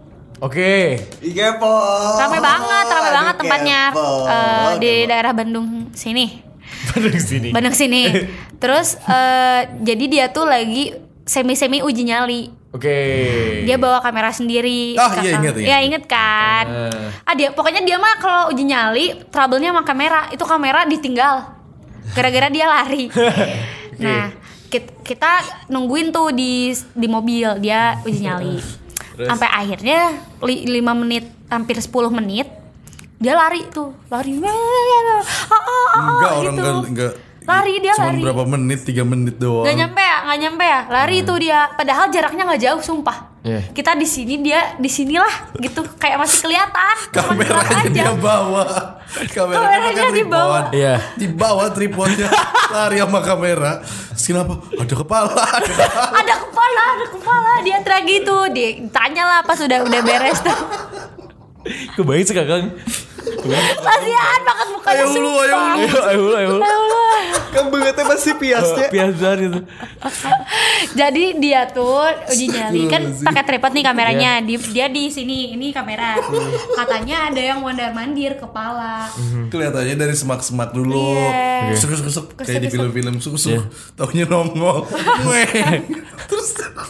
Oke. Kepo. Rame banget, rame Aduh, banget tempatnya kepo. eh, di Kepo. daerah Bandung sini. Bandung sini. Bandung sini. Terus eh, jadi dia tuh lagi semi-semi uji nyali. Oke. Dia bawa kamera sendiri. Ah, iya, Kakak. ingat, ingat. Iya inget kan. Ah. Ah dia pokoknya dia mah kalau uji nyali trouble-nya sama kamera. Itu kamera ditinggal. Gara-gara dia lari. Nah, kita, kita nungguin tuh di di mobil dia uji nyali. Terus? Sampai akhirnya li, lima menit hampir sepuluh menit dia lari tuh. Lari. Ah, ah, ah, Enggak, orang gitu. enggak enggak. Lari dia Cuman lari. berapa menit? tiga menit doang. Gak nyampe ya, gak nyampe ya. Lari Hmm. tuh dia. Padahal jaraknya nggak jauh, sumpah. Iya. Kita di sini dia di sinilah gitu, kayak masih kelihatan. Cuma Kameranya kelihatan dia aja. bawa. Kameranya Kameranya pakai dibawa. tripod. Iya. Di bawah tripodnya lari sama kamera. Terus kenapa? Ada kepala. Ada kepala. Ada kepala, ada kepala. Dia teriak gitu. Dia tanya lah pas udah udah beres tuh. Kebayang sih Kakang. Kasihan banget mukanya. Ayo lu, ayo sumpah. lu. Ayo, ayo, ayo. Ayo lu. Kan bengetnya masih piasnya. Biasa gitu. Jadi dia tuh uji nyali kan pakai tripod nih kameranya. Di, dia di sini, ini kamera. Katanya ada yang mondar-mandir kepala. Kelihatannya dari semak-semak dulu. Iya. Kesuk-kesuk kayak di Kesuk-kesuk. film-film susuk. Taunya nongol. Ngeng. Terus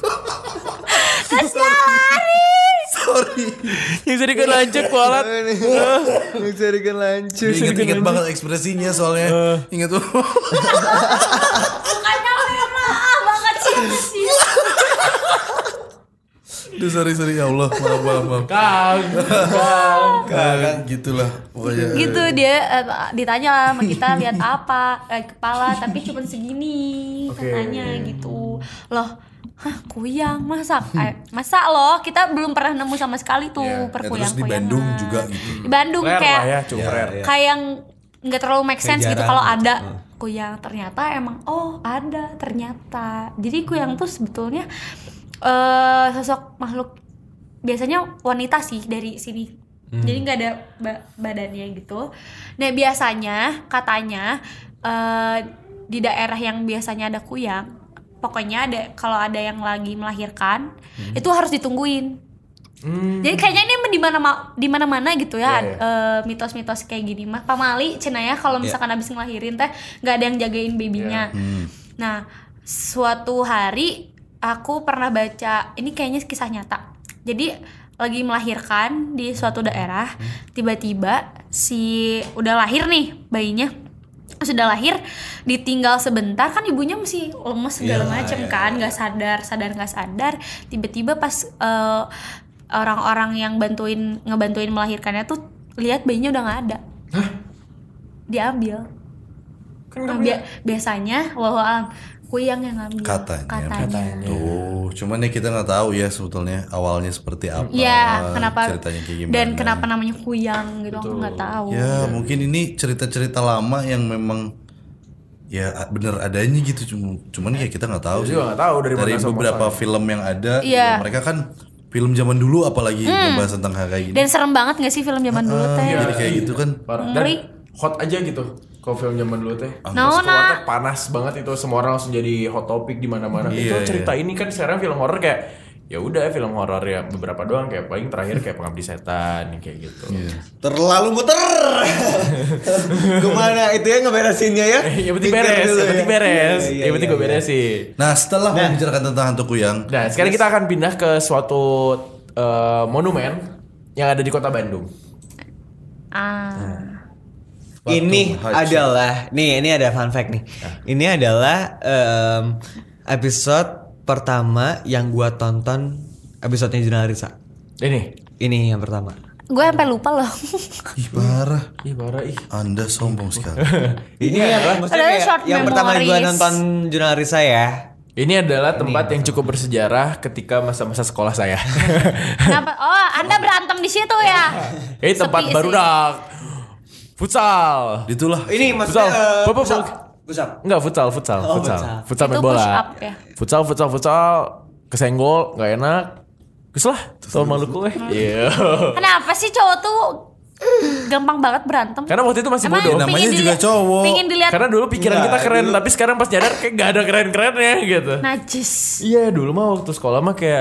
sorry. Yang sering kan lancet kualat. Mencarikan lancur. Dia inget-inget banget ekspresinya soalnya. Ingat tuh. Mukanya merah banget sih. Duh sorry sorry ya Allah. Maaf maaf maaf. Kang. Kang. Kayak gitulah pokoknya. Gitu dia eh, ditanya lah sama kita lihat apa eh, kepala tapi cuma segini Oke. katanya gitu loh. Hah, kuyang masak eh, masa loh kita belum pernah nemu sama sekali tuh Iya. Ya, perkuyang terus di Bandung juga gitu. di Bandung Rare kayak lah ya, cukup Ya, rare. ya. kayak yang nggak terlalu make Kayak sense gitu jarang kalau gitu. ada Hmm. kuyang ternyata emang oh ada ternyata jadi kuyang tuh sebetulnya eh sosok makhluk biasanya wanita sih dari sini jadi nggak ada ba- badannya gitu. Nah biasanya katanya eh di daerah yang biasanya ada kuyang pokoknya ada kalau ada yang lagi melahirkan itu harus ditungguin. Hmm. Jadi kayaknya ini di mana di mana-mana gitu ya Iya, iya. eh, mitos-mitos kayak gini mah. Pamali cenah ya kalau misalkan abis ngelahirin teh nggak ada yang jagain babynya. Hmm. Nah, suatu hari aku pernah baca ini kayaknya kisah nyata. Jadi lagi melahirkan di suatu daerah, tiba-tiba si udah lahir nih bayinya. Sudah lahir ditinggal sebentar kan ibunya masih lemes segala Iya, macam iya, kan nggak sadar sadar nggak sadar tiba-tiba pas eh, orang-orang yang bantuin ngebantuin melahirkannya tuh lihat bayinya udah nggak ada. Diambil. Nah, bia- biasanya wallahu alam kuyang yang ngambil Katanya. katanya. Tuh, cuman ya kita nggak tahu ya sebetulnya awalnya seperti apa. Iya, kenapa ceritanya kayak gimana. dan kenapa namanya kuyang gitu aku nggak tahu. Ya mungkin ini cerita-cerita lama yang memang ya bener adanya gitu cuma cuman ya kita nggak tahu Saya sih. juga nggak tahu dari mana asal beberapa muasalnya. film yang ada Iya. ya mereka kan film zaman dulu apalagi membahas tentang hal kayak gini. Dan serem banget gak sih film zaman dulu Ah, teh? jadi kayak gitu kan. Parah. Ngeri. Dan hot aja gitu. Kalau film zaman dulu teh. Nah, Pas keluar nah. teh panas banget itu semua orang langsung jadi hot topic di mana-mana. Iya, itu cerita iya. ini kan sekarang film horor kayak ya udah film horor ya beberapa doang kayak paling terakhir kayak Pengabdi Setan yang kayak gitu. Terlalu muter. Gimana itu ya ngeberesinnya ya? Ya penting Pikir beres, dulu ya penting beres. Iya, iya, Ya penting iya, gue iya. beresin. Nah setelah membicarakan tentang hantu kuyang, Nah, sekarang kita akan pindah ke suatu eh, monumen yang ada di kota Bandung. Ah. Waktu Ini haji. adalah nih ini ada fun fact nih. Ini adalah em, episode pertama yang gua tonton episodenya Jurnal Risa. Ini. Ini yang pertama. Gue sampai lupa loh. ih parah, Ih, parah ih. Anda sombong sekali. Ini yang maksudnya Adalah kayak short yang pertama gua memories. nonton Jurnal Risa ya. Ini adalah tempat yang cukup bersejarah ketika masa-masa sekolah saya. Kenapa? Oh, Anda berantem di situ ya? Ini tempat Sepi baru sih. dak. Futsal. Itulah. Ini maksudnya Futsal. eh, Bapak, pusat. Bapak. Pusat. Enggak futsal, futsal, Oh, futsal. futsal. Futsal main Itu bola. push up ya? Futsal, futsal, futsal. Kesenggol, nggak enak. Kes lah, tahun Maluku eh. Iya. Kenapa sih cowok tuh gampang banget berantem? Karena waktu itu masih Emang bodoh. namanya pingin juga dilihat- cowok. Pingin dilihat Karena dulu pikiran Enggak, kita keren, dulu- tapi sekarang pas nyadar kayak nggak ada keren-kerennya gitu. najis. Iya, dulu mah waktu sekolah mah kayak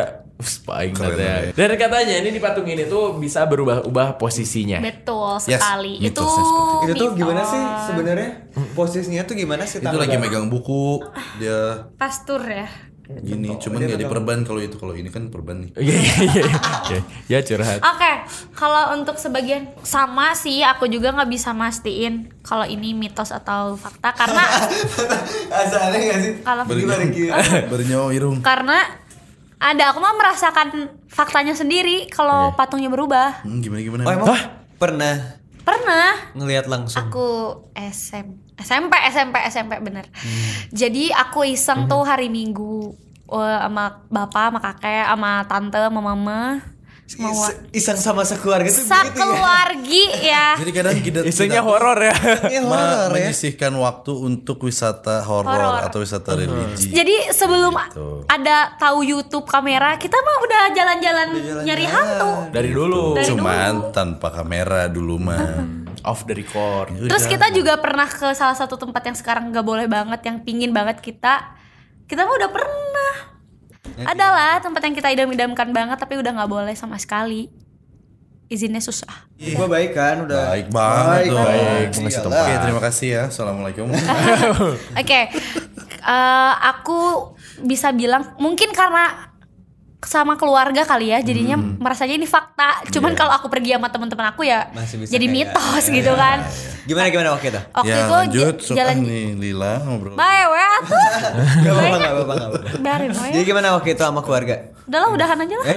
Spaing Keren ya. ya. Dan katanya ini di patung ini tuh bisa berubah-ubah posisinya. Betul Yes, sekali. Itu mitosnya seperti Itu tuh mitos. gimana sih sebenarnya? Posisinya tuh gimana sih? Itu lagi megang buku, dia Pastur ya. gini, cuman nggak diperban kalau itu, kalau ini kan perban nih. Iya iya iya. Ya curhat. Oke, kalau untuk sebagian sama sih, aku juga nggak bisa mastiin kalau ini mitos atau fakta karena Asalnya gak sih? Kalau- gimana gitu? Bernyawa irung. karena ada aku mah merasakan faktanya sendiri kalau patungnya berubah. Hmm, gimana gimana? Oh emang pernah Pernah ngelihat langsung? aku S M S M P S M P S M P bener. Jadi aku iseng tuh hari Minggu uh, sama bapak, sama kakek, sama tante, sama mama, sama wa- Is- Iseng sama sekeluarga tuh begitu ya? sakeluargi ya. Jadi kadang kita Isengnya kita tuh horor ya. Iya ma- horor ya. menyisihkan waktu untuk wisata horor Horor. atau wisata religi. Jadi sebelum Gitu. ada tahu YouTube kamera, kita mah udah jalan-jalan nyari hantu. Dari dulu. Dari Cuman tanpa kamera dulu mah. Off the record. Terus kita juga pernah ke salah satu tempat yang sekarang nggak boleh banget, yang pingin banget kita. Kita mah udah pernah. Adalah tempat yang kita idam-idamkan banget, tapi udah nggak boleh sama sekali. Izinnya susah. Gue baik kan udah. Baik banget tuh. Baik, mengasih Iyalah. tempat. Oke, terima kasih ya. Assalamualaikum. Oke, eh, aku bisa bilang mungkin karena sama keluarga kali ya, jadinya merasanya ini fakta. Cuman kalau aku pergi sama teman-teman aku ya Masih bisa jadi kayak- mitos gitu kan. Gimana gimana waktu itu? Waktu ya itu lanjut, j- sok jalan ah nih Lila ngobrol. Bye, we atuh. Gak apa-apa, gak apa-apa, gak apa-apa. Biarin we. Jadi gimana waktu itu sama keluarga? Udahlah, udahan aja lah. Eh?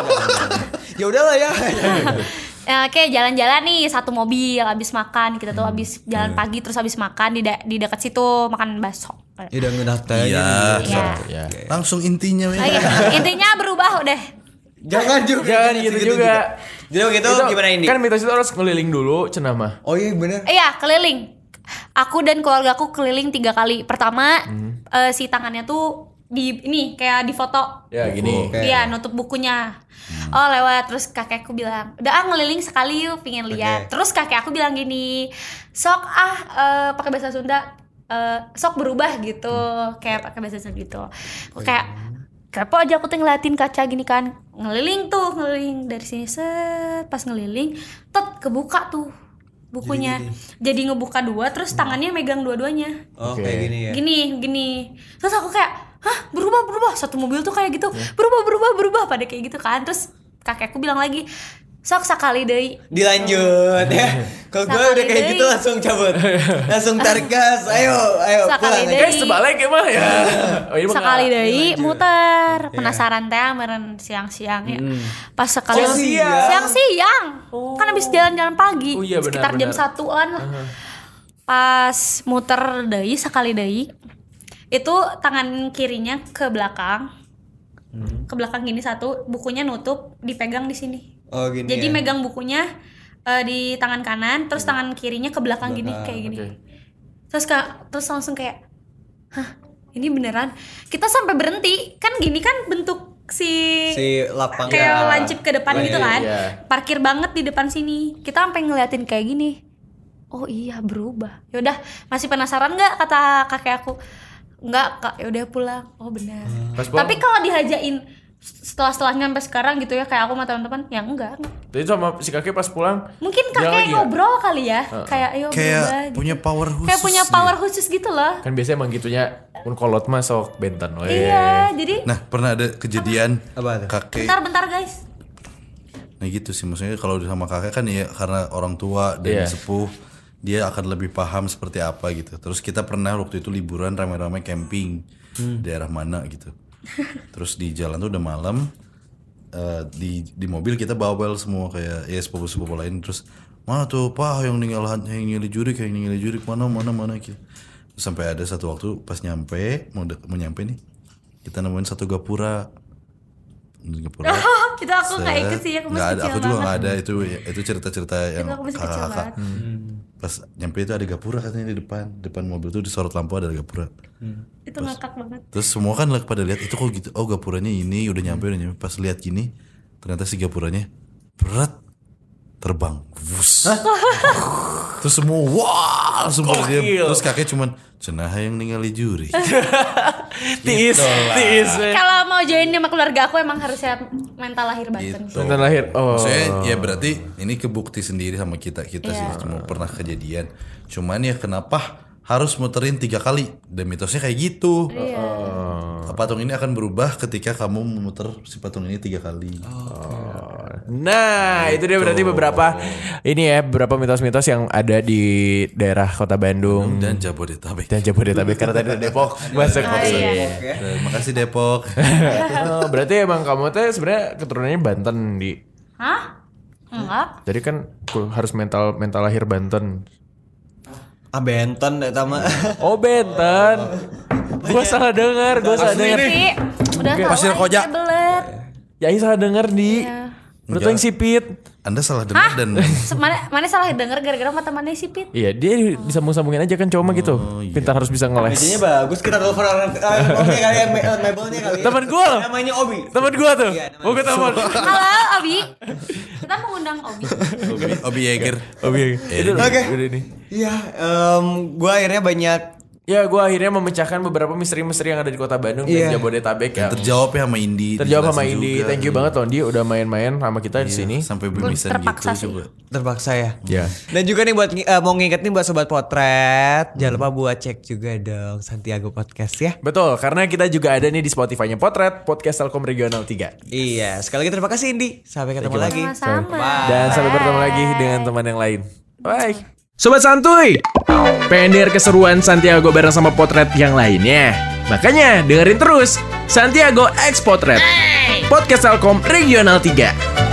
Ya udahlah ya. Ya, oke, jalan-jalan nih satu mobil habis makan, kita tuh habis jalan pagi terus habis makan di da- di dekat situ makan bakso. Ya udah ngenakta Iya. Iya. Ya. Langsung intinya weh. Oke, intinya berubah udah. Jangan juga. Jangan gitu juga. Jadi waktu itu gimana ini? Kan mitos itu harus ngeliling dulu cenah mah. Oh iya bener. Iya, keliling. Aku dan keluargaku keliling tiga kali. Pertama, Hmm. eh, si tangannya tuh di ini kayak di foto. Ya gini. Oke. Iya, nutup bukunya. Oh, lewat. Terus kakekku bilang, udah ah ngeliling sekali yuk, pingin lihat. Oke. Terus kakek aku bilang gini, sok ah eh, pakai bahasa Sunda, eh, sok berubah gitu, kayak pakai bahasa Sunda gitu. Aku kayak kepo aja, aku tuh ngeliatin kaca gini kan, ngeliling tuh, ngeliling dari sini set, pas ngeliling, tet kebuka tuh bukunya. Jadi, ngebuka dua, terus tangannya megang dua-duanya. Oh Oke. kayak gini ya. Gini, gini. Terus aku kayak, hah berubah, berubah. Satu mobil tuh kayak gitu, berubah, berubah, berubah. Pada kayak gitu kan. Terus kakekku bilang lagi, sok sakali deui. Dilanjut ya. Kalau gue Sakali udah kayak deui. gitu langsung cabut. Langsung tarik gas. Ayo, ayo Sakali pulang. deui. Guys, sebalik emang ya. Oh, ini mah Sekali nggak- deui muter. Penasaran teh meren siang-siang ya. Pas sekali Siang-siang? siang-siang. Kan habis jalan-jalan pagi, Oh iya, benar, sekitar jam benar. satuan lah. Pas muter deui sekali deui. Itu tangan kirinya ke belakang. Ke belakang gini satu, bukunya nutup, dipegang di sini. Oh gini. Jadi ya. megang bukunya eh, di tangan kanan, terus tangan kirinya ke belakang gini kayak gini. oke. Terus kak, terus langsung kayak, hah, ini beneran? Kita sampai berhenti, kan gini kan bentuk si, si lapang kayak ya. lancip ke depan gitu kan, iya. parkir banget di depan sini. Kita sampai ngeliatin kayak gini. Oh iya berubah. Yaudah, masih penasaran nggak kata kakek aku? Nggak kak, yaudah pulang. Oh benar. Pas pulang- Tapi kalau dihajain setelah setelahnya sampai sekarang gitu ya, kayak aku sama teman-teman, ya enggak, enggak. Jadi sama si kakek pas pulang. Mungkin bilang kakek lagi ya? ngobrol kali ya, kayak ayo Kayak berubah gitu. punya power khusus. Kayak punya power khusus gitu loh. Kan biasanya emang gitunya pun kolot mah sok bentan we. Iya, jadi Nah, pernah ada kejadian Apa tuh? kakek. bentar-bentar guys. Nah gitu sih, maksudnya kalau sama kakek kan ya karena orang tua dan Iya. sepuh, dia akan lebih paham seperti apa gitu. Terus kita pernah waktu itu liburan rame-rame camping daerah mana gitu. Terus di jalan tuh udah malam, eh, di di mobil kita bawel semua kayak ya sepupu-sepupu lain. Terus mana tuh pak yang ninggal yang ninggali jurik, yang ninggali jurik mana mana mana gitu. Terus sampai ada satu waktu pas nyampe mau de- mau nyampe nih, kita nemuin satu gapura. Gapura. Itu aku nggak ikut sih, aku masih Nggak ada, kecil aku juga banget. nggak ada itu itu cerita-cerita yang Itu aku masih kecil kakak-kakak. banget. Pas nyampe itu ada gapura katanya di depan, depan mobil tuh disorot lampu ada gapura. Itu ngakak banget. Terus semua kan pada lihat itu kok gitu. Oh gapuranya ini udah nyampe udah nyampe. Pas lihat gini, ternyata si gapuranya berat terbang. Wus. Terus semua wah langsung pada diam. Gokil. Terus kakek cuman cenah yang ningali juri. Tiis, tiis. Kalau mau join sama keluarga aku emang harus siap mental lahir batin. Gitu. Mental lahir. Oh. Maksudnya ya berarti ini kebukti sendiri sama kita kita Iya. sih cuma pernah kejadian. Cuman ya kenapa harus muterin tiga kali? Dan mitosnya kayak gitu. Oh. Patung ini akan berubah ketika kamu memutar si patung ini tiga kali. Nah, itu dia berarti beberapa ini ya, beberapa mitos-mitos yang ada di daerah Kota Bandung Dan Jabodetabek. dan Jabodetabek karena tadi ada Depok masuk. Oh, iya. Terima kasih Depok. Oh, berarti emang kamu teh sebenarnya keturunannya Banten di. Hah? Enggak. Jadi kan ku- harus mental mental lahir Banten. Ah Benten eta mah. Oh, Banten. Gua salah dengar, gua salah dengar. Sih, udah tahu Pasir aja Koja. belet. Ya, salah dengar di. Iya. Menurut yang sipit. Anda salah dengar dan Se- Mana mana salah denger gara-gara mata mana sipit. Iya, dia disambung-sambungin aja kan cowok mah gitu. Pintar harus bisa ngeles. Bijinya bagus, kita telepon orang eh, Obi kali ya, me- eh, mebelnya kali ya. Temen gua loh. Namanya Obi. Temen gua tuh. Iya, namanya Mau gue telepon. Halo Obi. Kita mengundang Obi. Obi, Obi Yeager. Oke. Itu loh, Oke. udah nih. Iya, em, gua akhirnya banyak Ya, gue akhirnya memecahkan beberapa misteri-misteri yang ada di Kota Bandung Iya. dan Jabodetabek ya. Terjawab ya sama Indi. Terjawab sama dijelasin Indi. juga. Thank you banget loh Indi udah main-main sama kita di sini. Sampai bemisan terpaksa gitu sih. coba. terpaksa ya. Ya. Dan juga nih buat eh, mau ngingetin buat sobat potret, jangan lupa buat cek juga dong Santiago Podcast ya. Betul, karena kita juga ada nih di Spotify-nya Potret, Podcast Telkom Regional tiga. Iya, sekali lagi terima kasih Indi. Sampai ketemu lagi. Sama-sama. Dan sampai bertemu lagi dengan teman yang lain. Bye. Sobat Santuy, pengen denger keseruan Santiago bareng sama Potret yang lainnya? Makanya dengerin terus Santiago X Potret, Podcast Telkom Regional tiga.